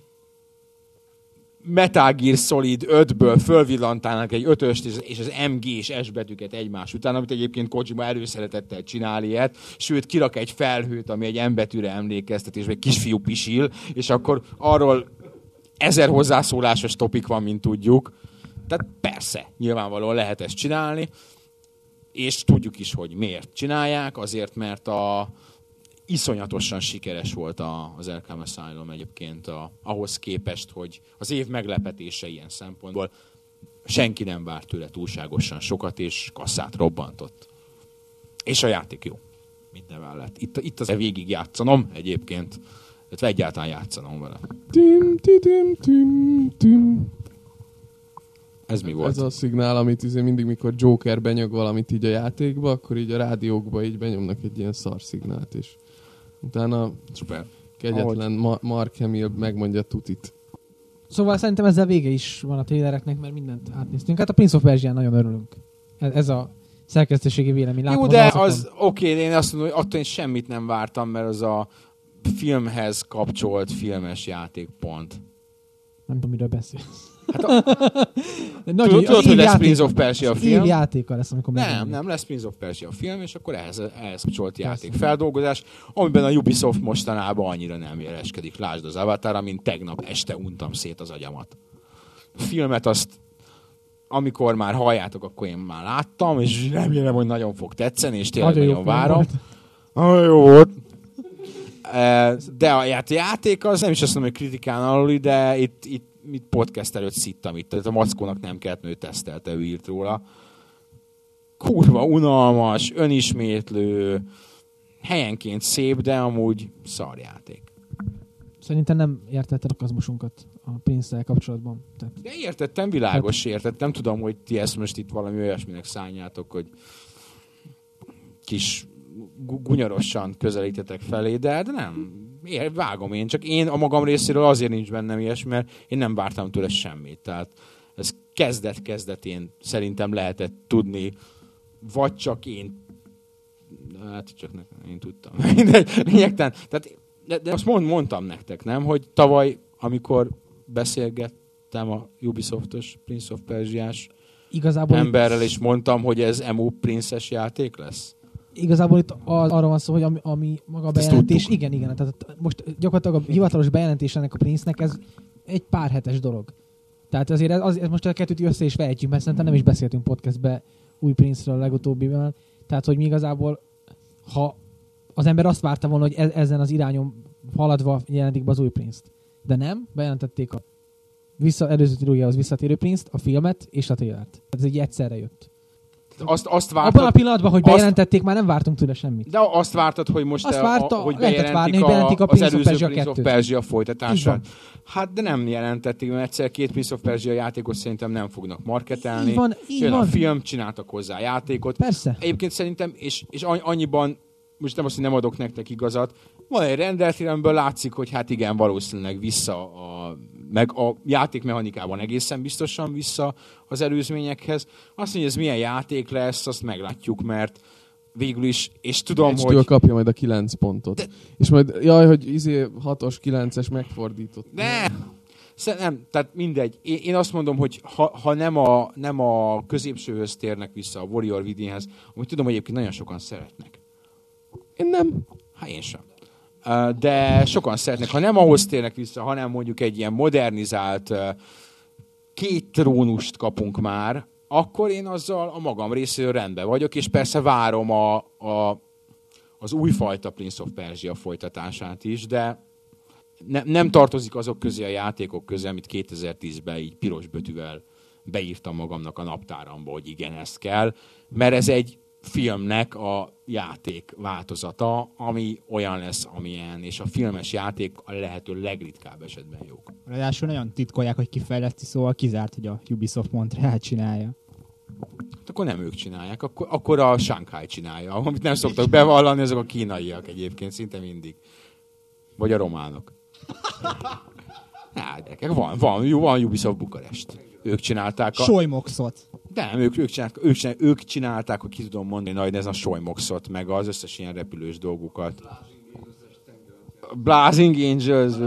[SPEAKER 1] Metal Gear Solid ötből fölvillantának egy ötöst és az em gé és S betűket egymás után, amit egyébként Kojima előszeretettel csinál ilyet, sőt kirak egy felhőt, ami egy M betűre emlékeztet, és egy kisfiú pisil, és akkor arról ezer hozzászólásos topik van, mint tudjuk. Tehát persze, nyilvánvalóan lehet ezt csinálni, és tudjuk is, hogy miért csinálják, azért, mert a iszonyatosan sikeres volt a, az Arkham Asylum egyébként a, ahhoz képest, hogy az év meglepetése ilyen szempontból senki nem várt tőle túlságosan sokat, és kasszát robbantott. És a játék jó. Minden mellett. Itt, itt az végig játszanom egyébként. Tehát egyáltalán játszanom vele.
[SPEAKER 2] Tim, tim, tim, tim.
[SPEAKER 1] Ez mi volt?
[SPEAKER 2] Ez a szignál, amit izé mindig, mikor Joker benyög valamit így a játékba, akkor így a rádiókba így benyomnak egy ilyen szar szignált, és utána
[SPEAKER 1] szuper.
[SPEAKER 2] Kegyetlen Ma- Mark Hamill megmondja tutit.
[SPEAKER 3] Szóval szerintem ezzel vége is van a trailereknek, mert mindent átnéztünk. Hát a Prince of Persia nagyon örülünk. Ez, ez a szerkesztőségi vélemény. Látom,
[SPEAKER 1] jó, de az oké, okay, én azt mondom, hogy attól én semmit nem vártam, mert az a filmhez kapcsolt filmes játékpont.
[SPEAKER 3] Nem tudom, miről beszélsz.
[SPEAKER 1] Hát a... Tudod, tudod hogy lesz Prince of Persia a film?
[SPEAKER 3] Játéka lesz, amikor
[SPEAKER 1] Nem, megjelnik. Nem lesz Prince of Persia a film, és akkor ehhez, ehhez kapcsolt játék feldolgozás, amiben a Ubisoft mostanában annyira nem jeleskedik. Lásd az Avatar, mint tegnap este untam szét az agyamat. A filmet azt, amikor már halljátok, akkor én már láttam, és remélem, hogy nagyon fog tetszeni, és tényleg nagyon, nagyon várom. Nagyon jó volt. De a játék az nem is azt mondom, hogy kritikán aluli, de itt, itt mit podcast előtt szittam itt. Tehát a Mackónak nem kellett, nő tesztelte, ő írt róla. Kurva unalmas, önismétlő, helyenként szép, de amúgy szarjáték.
[SPEAKER 3] Szerintem nem értetted a kazmusunkat a Prince-tel kapcsolatban. Tehát...
[SPEAKER 1] De értettem, világos Tehát... értettem. Tudom, hogy ti ezt most itt valami olyasminek szánjátok, hogy kis gunyarosan közelítetek felé, de, de nem. Én vágom én, csak én a magam részéről azért nincs bennem ilyesmi, mert én nem vártam tőle semmit. Tehát ez kezdet-kezdetén szerintem lehetett tudni, vagy csak én, hát csak nekem, én tudtam. Lényegtelen. Tehát, de, de azt mond, mondtam nektek, nem, hogy tavaly, amikor beszélgettem a Ubisoftos Prince of Persia-s
[SPEAKER 3] Igazából
[SPEAKER 1] emberrel, és mondtam, hogy ez emu Princess játék lesz.
[SPEAKER 3] Igazából itt az, arról van szó, hogy ami, ami maga a bejelentés, igen, igen, tehát most gyakorlatilag a hivatalos bejelentés ennek a Prince-nek ez egy pár hetes dolog. Tehát azért ez, az, ez most a kettőt össze is vehetjük, mert szerintem nem is beszéltünk podcastbe új Prince-ről a legutóbbival. Tehát, hogy mi igazából, ha az ember azt várta volna, hogy ez, ezen az irányon haladva jelentik be az új Prince-t. De nem, bejelentették a vissza, előző trilógiához visszatérő Prince-t, a filmet és a trailert. Tehát ez egy egyszerre jött.
[SPEAKER 1] Azt, azt vártad,
[SPEAKER 3] abban a pillanatban, hogy bejelentették, azt, már nem vártunk tőle semmit.
[SPEAKER 1] De azt vártad, hogy most
[SPEAKER 3] azt várta,
[SPEAKER 1] a, hogy
[SPEAKER 3] bejelentik, várni,
[SPEAKER 1] a,
[SPEAKER 3] hogy bejelentik a
[SPEAKER 1] az
[SPEAKER 3] Prince
[SPEAKER 1] előző
[SPEAKER 3] of Persia
[SPEAKER 1] Prince of Persia folytatását. Hát de nem jelentették, mert egyszer két Prince of Persia játékot szerintem nem fognak marketelni.
[SPEAKER 3] Így van, így
[SPEAKER 1] Jön
[SPEAKER 3] van.
[SPEAKER 1] a film, csináltak hozzá játékot.
[SPEAKER 3] Persze.
[SPEAKER 1] Egyébként szerintem, és, és annyiban, most nem azt, hogy nem adok nektek igazat, van egy rendeltéremből látszik, hogy hát igen, valószínűleg vissza a meg a játékmechanikában egészen biztosan vissza az előzményekhez. Azt mondja, ez milyen játék lesz, azt meglátjuk, mert végül is, és tudom,
[SPEAKER 2] Edge-től
[SPEAKER 1] hogy...
[SPEAKER 2] kapja majd a kilenc pontot. De... És majd, jaj, hogy izé hatos, kilences megfordított.
[SPEAKER 1] Ne! Nem, tehát mindegy. Én, én azt mondom, hogy ha, ha nem, a, nem a középsőhöz térnek vissza, a Warrior Withinhez, amit tudom, hogy egyébként nagyon sokan szeretnek.
[SPEAKER 2] Én nem.
[SPEAKER 1] Hát én sem. De sokan szeretnek, ha nem ahhoz térnek vissza, hanem mondjuk egy ilyen modernizált két trónust kapunk már, akkor én azzal a magam részéről rendben vagyok, és persze várom a, a, az újfajta Prince of Persia folytatását is, de ne, nem tartozik azok közé a játékok közé, amit kétezer-tízben így piros betűvel beírtam magamnak a naptáramba, hogy igen, ezt kell, mert ez egy filmnek a játék változata, ami olyan lesz, amilyen, és a filmes játék a lehető legritkább esetben jók.
[SPEAKER 4] Ráadásul nagyon titkolják, hogy kifejleszti, szóval kizárt, hogy a Ubisoft Montreal csinálja.
[SPEAKER 1] Hát akkor nem ők csinálják, akkor, akkor a Shanghai csinálja. Amit nem szoktak bevallani, azok a kínaiak egyébként szinte mindig. Vagy a románok. Hát, gyerekek, van, van, van Ubisoft Bukarest. Ők csinálták a...
[SPEAKER 4] Solymoxot.
[SPEAKER 1] De nem, ők, ők, csinálták, ők, csinálták, ők csinálták, hogy ki tudom mondani, hogy ez a Solymoxot, meg az összes ilyen repülős dolgukat. Blazing Angels.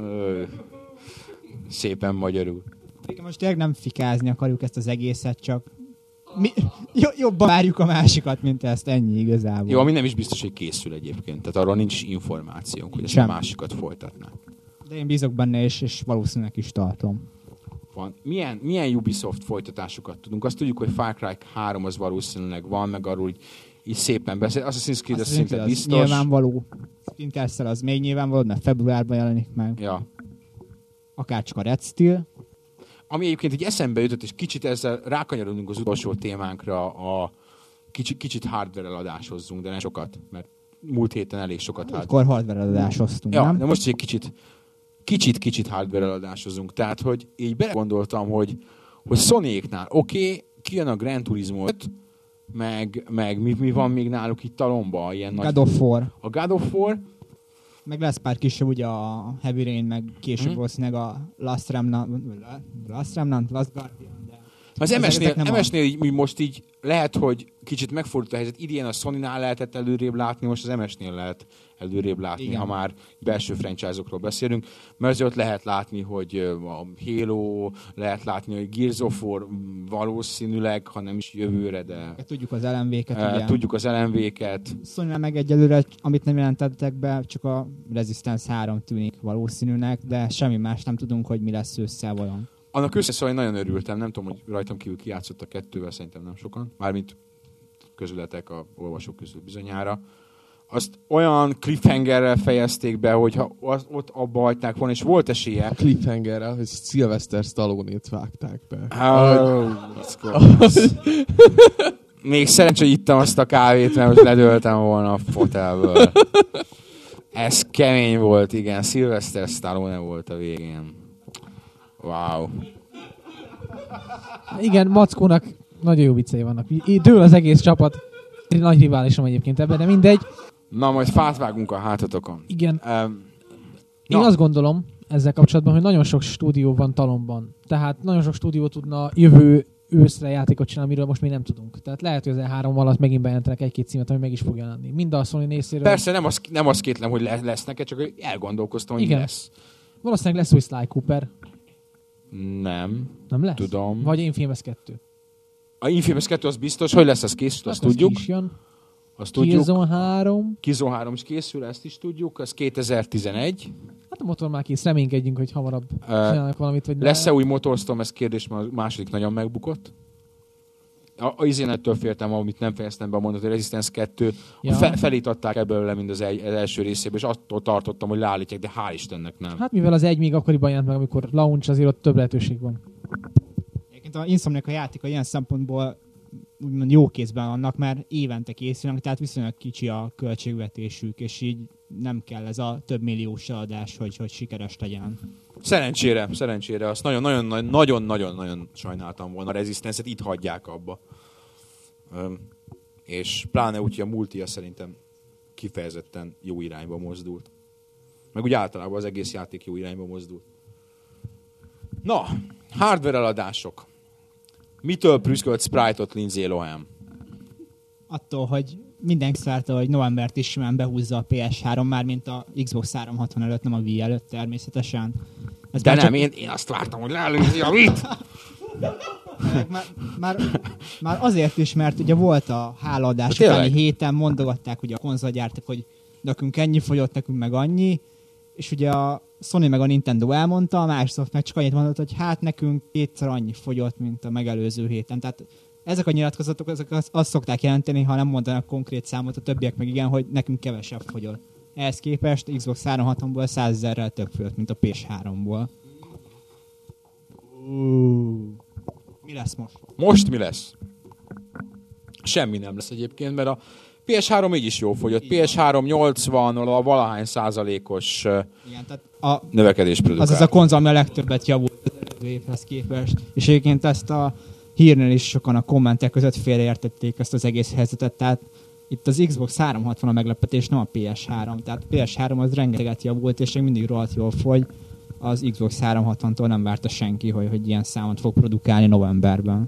[SPEAKER 1] Szépen magyarul.
[SPEAKER 4] Most tényleg nem fikázni akarjuk ezt az egészet, csak mi, jobban várjuk a másikat, mint ezt, ennyi igazából.
[SPEAKER 1] Jó, ami nem is biztos, hogy készül egyébként. Tehát arról nincs információnk, hogy ezt a másikat folytatnák.
[SPEAKER 4] De én bízok benne, és, és valószínűleg is tartom.
[SPEAKER 1] Van. Milyen, milyen Ubisoft folytatásokat tudunk? Azt tudjuk, hogy Far Cry három az valószínűleg van, meg arról így, így szépen beszél. Assassin's Creed az szinte biztos.
[SPEAKER 4] Nyilvánvaló. Splinter Cell az még nyilvánvaló, mert februárban jelenik meg.
[SPEAKER 1] Ja.
[SPEAKER 4] Akárcsak a Red Steel.
[SPEAKER 1] Ami egyébként így eszembe jutott, és kicsit ezzel rákanyarodunk az utolsó témánkra, a kicsit, kicsit hardware eladásozzunk, de nem sokat, mert múlt héten elég sokat hardware.
[SPEAKER 4] Akkor hardware eladásoztunk,
[SPEAKER 1] ja,
[SPEAKER 4] nem?
[SPEAKER 1] de most egy kicsit kicsit-kicsit hardware eladásozunk. Tehát, hogy így belegondoltam, hogy, hogy Sony-éknál oké, okay, kijön a Gran Turismo öt, meg, meg mi, mi van még náluk itt talomba? Ilyen
[SPEAKER 4] God
[SPEAKER 1] nagy...
[SPEAKER 4] of War.
[SPEAKER 1] A God of War.
[SPEAKER 4] Meg lesz pár kisebb, ugye a Heavy Rain, meg később hmm. valószínűleg a Last Remnant, Last Remnant, Last Guardian, de...
[SPEAKER 1] Az em esnél, em esnél így, most így lehet, hogy kicsit megfordult a helyzet. Idén a Sonynál lehetett előrébb látni, most az em esnél lehet előrébb látni, igen, ha már belső franchise-okról beszélünk. Mert azért ott lehet látni, hogy a Halo, lehet látni, hogy Gears of War valószínűleg, ha nem is jövőre, de...
[SPEAKER 4] Tudjuk az el em vé-ket,
[SPEAKER 1] e,
[SPEAKER 4] ugye?
[SPEAKER 1] Tudjuk az el em vé-ket.
[SPEAKER 4] Sonynál meg egyelőre, amit nem jelentettek be, csak a Resistance három tűnik valószínűnek, de semmi más nem tudunk, hogy mi lesz ősszel vajon.
[SPEAKER 1] Annak összeszóval nagyon örültem, nem tudom, hogy rajtam kívül kijátszott a kettővel, szerintem nem sokan. Mármint közületek a olvasók közül bizonyára. Azt olyan cliffhangerrel fejezték be, hogyha az, ott abba hagyták volna, és volt esélye.
[SPEAKER 2] A cliffhangerrel, hogy Sylvester Stallone-t vágták be.
[SPEAKER 1] Oh, még szerencsé, hogy ittam azt a kávét, mert most ledöltem volna a fotelből. Ez kemény volt, igen. Sylvester Stallone volt a végén. Wow.
[SPEAKER 3] Igen, Mackónak nagyon jó viccei vannak. Dől az egész csapat. Nagy riválisom egyébként ebben, de mindegy.
[SPEAKER 1] Na, majd fát vágunk a hátotokon.
[SPEAKER 3] Igen.
[SPEAKER 1] Um,
[SPEAKER 3] Én azt gondolom ezzel kapcsolatban, hogy nagyon sok stúdió van talomban. Tehát nagyon sok stúdió tudna jövő őszre játékot csinálni, amiről most még nem tudunk. Tehát lehet, hogy az E három alatt megint bejelentenek egy-két címet, ami meg is fog jelenni. Mind a Sony részéről.
[SPEAKER 1] Persze, nem azt, nem azt kétlem, hogy lesznek, csak elgondolkoztam, hogy
[SPEAKER 3] igen,
[SPEAKER 1] mi lesz.
[SPEAKER 3] Valószínűleg lesz új Sly Cooper.
[SPEAKER 1] Nem.
[SPEAKER 3] Nem lesz?
[SPEAKER 1] Tudom.
[SPEAKER 3] Vagy Infamous kettő.
[SPEAKER 1] A Infamous kettő az biztos, hogy lesz, az készül, azt tudjuk.
[SPEAKER 3] Ki is jön.
[SPEAKER 1] Azt tudjuk.
[SPEAKER 3] Killzone három.
[SPEAKER 1] Killzone három is készül, ezt is tudjuk. Az kétezer-tizenegy.
[SPEAKER 3] Hát a motor már kész, reménykedjünk, hogy hamarabb uh, csinálnak valamit. Vagy
[SPEAKER 1] lesz-e új Motorstorm, ez kérdés, mert a második nagyon megbukott. A, a izénettől féltem, amit nem fejeztem be a mondatot, hogy Resistance kettő. Ja. Fe, felét adták el belőle, mint az, egy, az első részében, és attól tartottam, hogy leállítják, de hál' Istennek nem.
[SPEAKER 3] Hát mivel az egy még akkoriban jelent meg, amikor launch, azért ott több lehetőség van.
[SPEAKER 4] Egyébként a Insomniac a játék a ilyen szempontból úgymond jó kézben vannak, mert évente készülnek, tehát viszonylag kicsi a költségvetésük, és így nem kell ez a több milliós eladás, hogy, hogy sikeres legyen.
[SPEAKER 1] Szerencsére, szerencsére. Azt nagyon-nagyon-nagyon sajnáltam volna. A Resistance-et itt hagyják abba. Üm, és pláne úgy, hogy a multia szerintem kifejezetten jó irányba mozdult. Meg úgy általában az egész játék jó irányba mozdult. Na, hardware eladások. Mitől prüszkölt Sprite-ot Lindsay Lohan?
[SPEAKER 4] Attól, hogy mindenki várta, hogy novembert is simán behúzza a pé es három, már mint a Xbox háromszázhatvan előtt, nem a Wii előtt természetesen. Ez
[SPEAKER 1] De nem,
[SPEAKER 4] csak...
[SPEAKER 1] én, én azt vártam, hogy leelőzi a Wii-t.
[SPEAKER 4] Már, már, már azért is, mert ugye volt a hálaadás
[SPEAKER 1] De
[SPEAKER 4] utáni
[SPEAKER 1] tényleg?
[SPEAKER 4] héten, mondogatták ugye a konzolgyártók, hogy nekünk ennyi fogyott, nekünk meg annyi, és ugye a Sony meg a Nintendo elmondta, a Microsoft meg csak annyit mondott, hogy hát nekünk kétszer annyi fogyott, mint a megelőző héten. Tehát ezek a nyilatkozatok, ezek azt, azt szokták jelenteni, ha nem mondanak konkrét számot, a többiek meg igen, hogy nekünk kevesebb fogyott. Ehhez képest Xbox háromszázhatvanból százezerrel több fogyott, mint a pé es háromból. Uh. Mi lesz most?
[SPEAKER 1] Most mi lesz? Semmi nem lesz egyébként, mert a pé es három így is jó fogyott. pé es három nyolcvan, a valahány százalékos
[SPEAKER 4] Igen, tehát a,
[SPEAKER 1] növekedés produkál.
[SPEAKER 4] az az a konzol, ami a legtöbbet javult az előző évhez képest. És egyébként ezt a hírnél is sokan a kommentek között félreértették ezt az egész helyzetet. Tehát itt az Xbox háromszázhatvan a meglepetés, nem a pé es három. Tehát a pé es három az rengeteget javult, és még mindig rohadt jól fogy. Az Xbox háromszázhatvantól nem várta senki, hogy, hogy ilyen számot fog produkálni novemberben.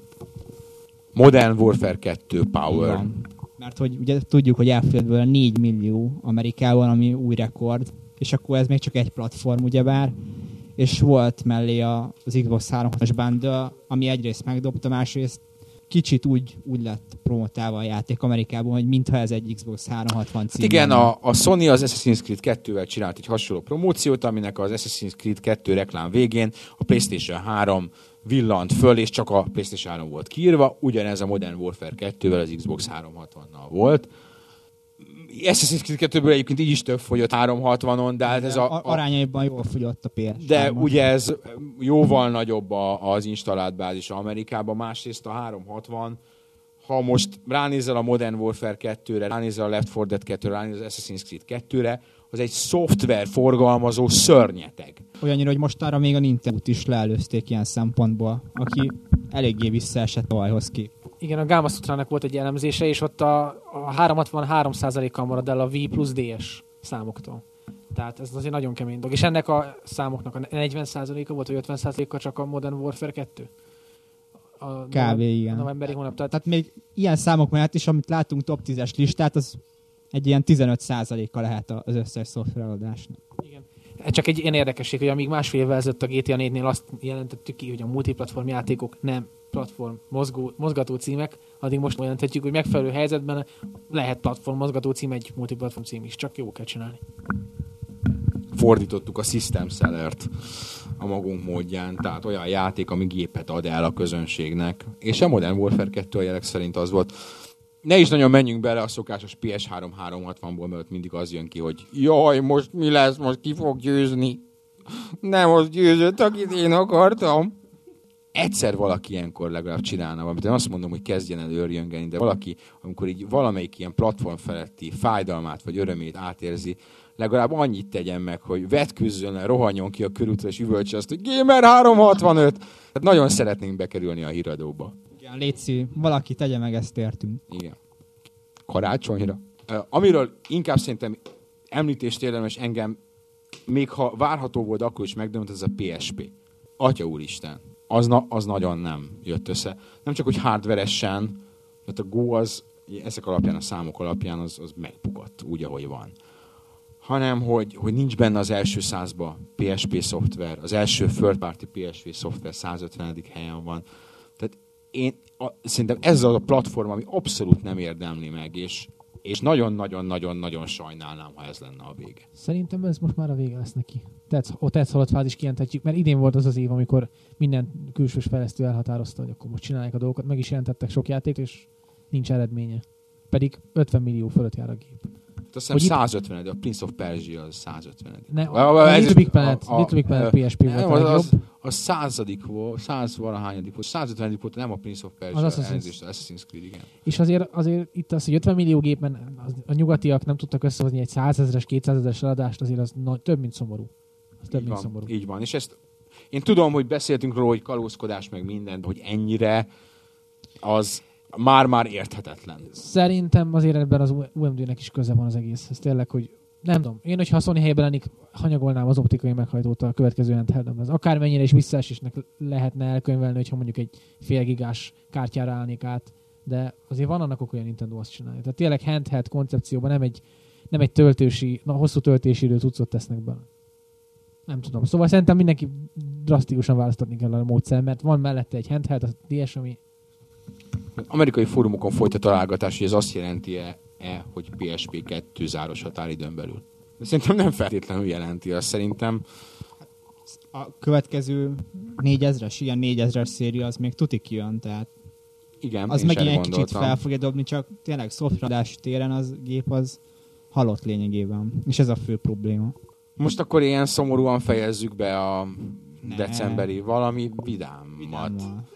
[SPEAKER 1] Modern Warfare kettő Power.
[SPEAKER 4] Igen. Mert hogy ugye tudjuk, hogy elfogyott belőle négy millió Amerikában, ami új rekord, és akkor ez még csak egy platform, ugyebár, és volt mellé a, az Xbox háromszázhatvanas bundle, ami egyrészt megdobta, másrészt kicsit úgy, úgy lett promotálva a játék Amerikában, hogy mintha ez egy Xbox háromszázhatvan cím.
[SPEAKER 1] Hát igen, a, a Sony az Assassin's Creed kettővel csinált egy hasonló promóciót, aminek az Assassin's Creed kettő reklám végén a PlayStation három villant föl, és csak a PlayStation három volt kiírva, ugyanez a Modern Warfare kettővel az Xbox háromszázhatvannal volt. Assassin's Creed kettőből egyébként így is több fogyott háromszázhatvanon, de hát ez a...
[SPEAKER 4] a arányaiban jól fogyott a pé es.
[SPEAKER 1] De ugye ez jóval nagyobb a, az installált bázis Amerikában, másrészt a háromszázhatvan, ha most ránézel a Modern Warfare kettőre, ránézel a Left four Dead kettőre, ránézel az Assassin's Creed kettőre, az egy szoftver forgalmazó szörnyeteg.
[SPEAKER 4] Olyannyira, hogy most arra még a Nintendo-t is leelőzték ilyen szempontból, aki eléggé visszaesett a vajhoz kép.
[SPEAKER 3] Igen, a Gamma Sutrának volt egy elemzése, és ott a, a háromszázhatvan három százalékkal marad el a Wii plusz dé es számoktól. Tehát ez azért nagyon kemény dolog. És ennek a számoknak a negyven százaléka volt, vagy ötven százaléka csak a Modern Warfare kettő? A
[SPEAKER 4] Kb. Igen.
[SPEAKER 3] A novemberi hónap. Tehát,
[SPEAKER 4] Tehát még ilyen számok mellett is, amit látunk top tízes listát, az egy ilyen tizenöt százaléka lehet az összes szoftvereladásnak.
[SPEAKER 3] igen. Csak egy ilyen érdekesség, hogy amíg másfél évvel ezelőtt a gé té á négynél azt jelentettük ki, hogy a multiplatform játékok nem platform mozgó, mozgató címek, addig most jelenthetjük, hogy megfelelő helyzetben lehet platform mozgató cím, egy multiplatform cím is, csak jó kell csinálni.
[SPEAKER 1] Fordítottuk a System Sellert a magunk módján, tehát olyan játék, ami gépet ad el a közönségnek. És a Modern Warfare kettő a jelek szerint az volt. Ne is nagyon menjünk bele a szokásos pé es három háromszázhatvanból, mert mindig az jön ki, hogy jaj, most mi lesz, most ki fog győzni. Nem az győzött, akit én akartam. Egyszer valaki ilyenkor legalább csinálna valamit. Én azt mondom, hogy kezdjen el őrjöngeni, de valaki, amikor így valamelyik ilyen platform feletti fájdalmát vagy örömét átérzi, legalább annyit tegyen meg, hogy vetküzzön le, rohanjon ki a körútra és üvöltse azt, hogy Gamer háromszázhatvanöt. Tehát nagyon szeretnénk bekerülni a híradóba.
[SPEAKER 4] Igen, létszi, valaki tegye meg, ezt értünk.
[SPEAKER 1] Igen. Karácsonyra. Uh, amiről inkább szerintem említést érdemes engem, még ha várható volt, akkor is megdönt, ez a pé es pé. Atya úristen. Az, na, az nagyon nem jött össze. Nem csak, hogy hardveresen, mert a Go az, ezek alapján, a számok alapján az, az megbukott, úgy, ahogy van. Hanem, hogy, hogy nincs benne az első százba pé es pé szoftver, az első third party pé es pé szoftver százötvenedik helyen van. Tehát én a, szerintem ez az a platform, ami abszolút nem érdemli meg, és, és nagyon-nagyon-nagyon-nagyon sajnálnám, ha ez lenne a vége.
[SPEAKER 3] Szerintem ez most már a vége lesz neki. A tetsz halott fázis kijelenthetjük, mert idén volt az az év, amikor minden külsős fejlesztő elhatározta, hogy akkor most csinálják a dolgokat, meg is jelentettek sok játékot, és nincs eredménye. Pedig ötven millió fölött jár a gép.
[SPEAKER 1] Azt hiszem százötven, a Prince of Persia az százötven.
[SPEAKER 3] Ne, a, a, a Little Big Planet, a, a, Little Big Planet pé es pé
[SPEAKER 1] nem,
[SPEAKER 3] volt a legjobb.
[SPEAKER 1] Az, a századik volt, száz valahányadik volt, százötvenedik volt, nem a Prince of Persia, az Assassin's, Assassin's Creed, igen.
[SPEAKER 3] És azért, azért itt az, hogy ötven millió gépen a nyugatiak nem tudtak összehozni egy százezres, kétszázezres eladást, azért az nagy, több, mint szomorú. Az több,
[SPEAKER 1] így
[SPEAKER 3] mint
[SPEAKER 1] van,
[SPEAKER 3] szomorú.
[SPEAKER 1] így van, és ezt én tudom, hogy beszéltünk róla, hogy kalózkodás meg minden, hogy ennyire az már-már érthetetlen.
[SPEAKER 3] Szerintem azért ebben az u em dé-nek is köze van az egész. Ez tényleg, hogy nem tudom. Én, hogyha a Sony helyében lennék, hanyagolnám az optikai meghajtót a következő handheldemhez. Akármennyire is visszaesésnek lehetne elkönyvelni, hogyha mondjuk egy fél gigás kártyára állnék át, de azért van annak oka, hogy a Nintendo azt csinálja. Tehát tényleg handheld koncepcióban nem egy, nem egy töltési, na, hosszú töltési idő cuccot tesznek bele. Nem tudom. Szóval szerintem mindenki drasztikusan választatni kell a módszer, mert van mellette egy handheld, a dé es, ami...
[SPEAKER 1] Amerikai fórumokon folyt a találgatás, hogy ez azt jelenti-e, e, hogy pé es pé kettő záros határidőn belül. De szerintem nem feltétlenül jelenti azt. Szerintem
[SPEAKER 4] A következő négyezres, ilyen négyezres széria, az még tuti kijön, tehát
[SPEAKER 1] igen,
[SPEAKER 4] az
[SPEAKER 1] én
[SPEAKER 4] megint
[SPEAKER 1] is
[SPEAKER 4] egy
[SPEAKER 1] erre
[SPEAKER 4] kicsit
[SPEAKER 1] gondoltam.
[SPEAKER 4] fel fogja dobni, csak tényleg szoftveradás téren az gép az halott lényegében. És ez a fő probléma.
[SPEAKER 1] Most akkor ilyen szomorúan fejezzük be a
[SPEAKER 4] Ne.
[SPEAKER 1] decemberi valami vidámat.
[SPEAKER 4] Vidámmal.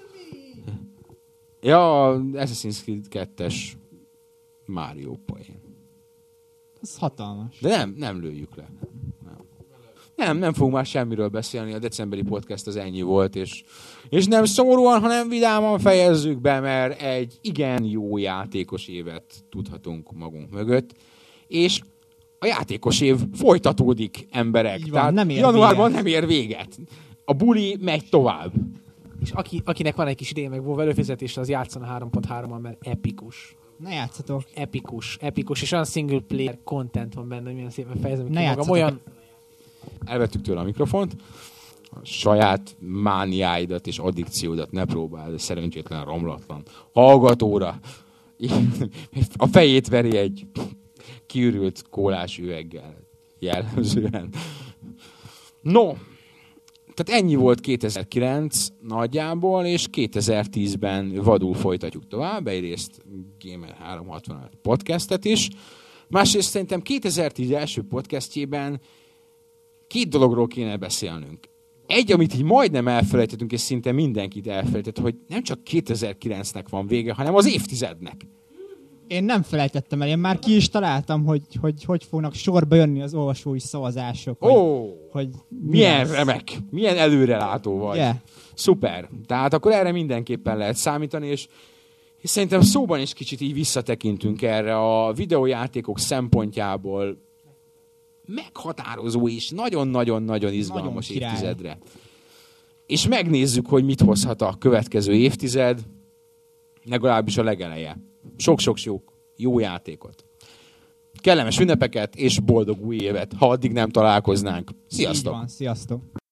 [SPEAKER 1] Ja, a Assassin's Creed kettes Mario poén.
[SPEAKER 4] Ez hatalmas.
[SPEAKER 1] De nem, nem lőjük le. Nem. nem, nem fogunk már semmiről beszélni, a decemberi podcast az ennyi volt, és, és nem szomorúan, hanem vidáman fejezzük be, mert egy igen jó játékos évet tudhatunk magunk mögött, és a játékos év folytatódik, emberek.
[SPEAKER 4] Így van,
[SPEAKER 1] Tehát
[SPEAKER 4] nem ér
[SPEAKER 1] januárban
[SPEAKER 4] véget.
[SPEAKER 1] nem ér véget. A buli megy tovább.
[SPEAKER 3] És aki, akinek van egy kis ideje meg WoW előfizetésre, az játszana három pont hárommal, mert epikus.
[SPEAKER 4] Ne játszatok.
[SPEAKER 3] Epikus, epikus, és olyan single player content van benne, hogy milyen szépen fejezem ki
[SPEAKER 4] Ne
[SPEAKER 3] magam.
[SPEAKER 4] játszatok.
[SPEAKER 3] Olyan,
[SPEAKER 1] Elvettük tőle a mikrofont, a saját mániáidat és addikciódat ne próbáld, szerencsétlen romlatlan hallgatóra. A fejét veri egy kiürült kólás üveggel jellemzően. No, tehát ennyi volt kétezer-kilenc nagyjából, és kétezer-tízben vadul folytatjuk tovább, egyrészt Gamer háromszázhatvanöt podcastet is, másrészt szerintem kétezer-tíz első podcastjében két dologról kéne beszélnünk. Egy, amit így majdnem elfelejtettünk, és szinte mindenkit elfelejtett, hogy nem csak kétezer-kilencnek van vége, hanem az évtizednek.
[SPEAKER 4] Én nem felejtettem el, én már ki is találtam, hogy hogy, hogy fognak sorba jönni az olvasói szavazások. Hogy,
[SPEAKER 1] Ó,
[SPEAKER 4] hogy mi
[SPEAKER 1] milyen
[SPEAKER 4] lesz.
[SPEAKER 1] remek, milyen előrelátó vagy.
[SPEAKER 4] Yeah.
[SPEAKER 1] Szuper. Tehát akkor erre mindenképpen lehet számítani, és, és szerintem szóban is kicsit így visszatekintünk erre a videójátékok szempontjából meghatározó és nagyon-nagyon-nagyon izgalmas
[SPEAKER 4] Nagyon király.
[SPEAKER 1] évtizedre. És megnézzük, hogy mit hozhat a következő évtized, legalábbis a legeleje. Sok-sok-sok jó játékot. Kellemes ünnepeket és boldog új évet, ha addig nem találkoznánk.
[SPEAKER 4] Így
[SPEAKER 1] Sziasztok!
[SPEAKER 4] van, sziasztok!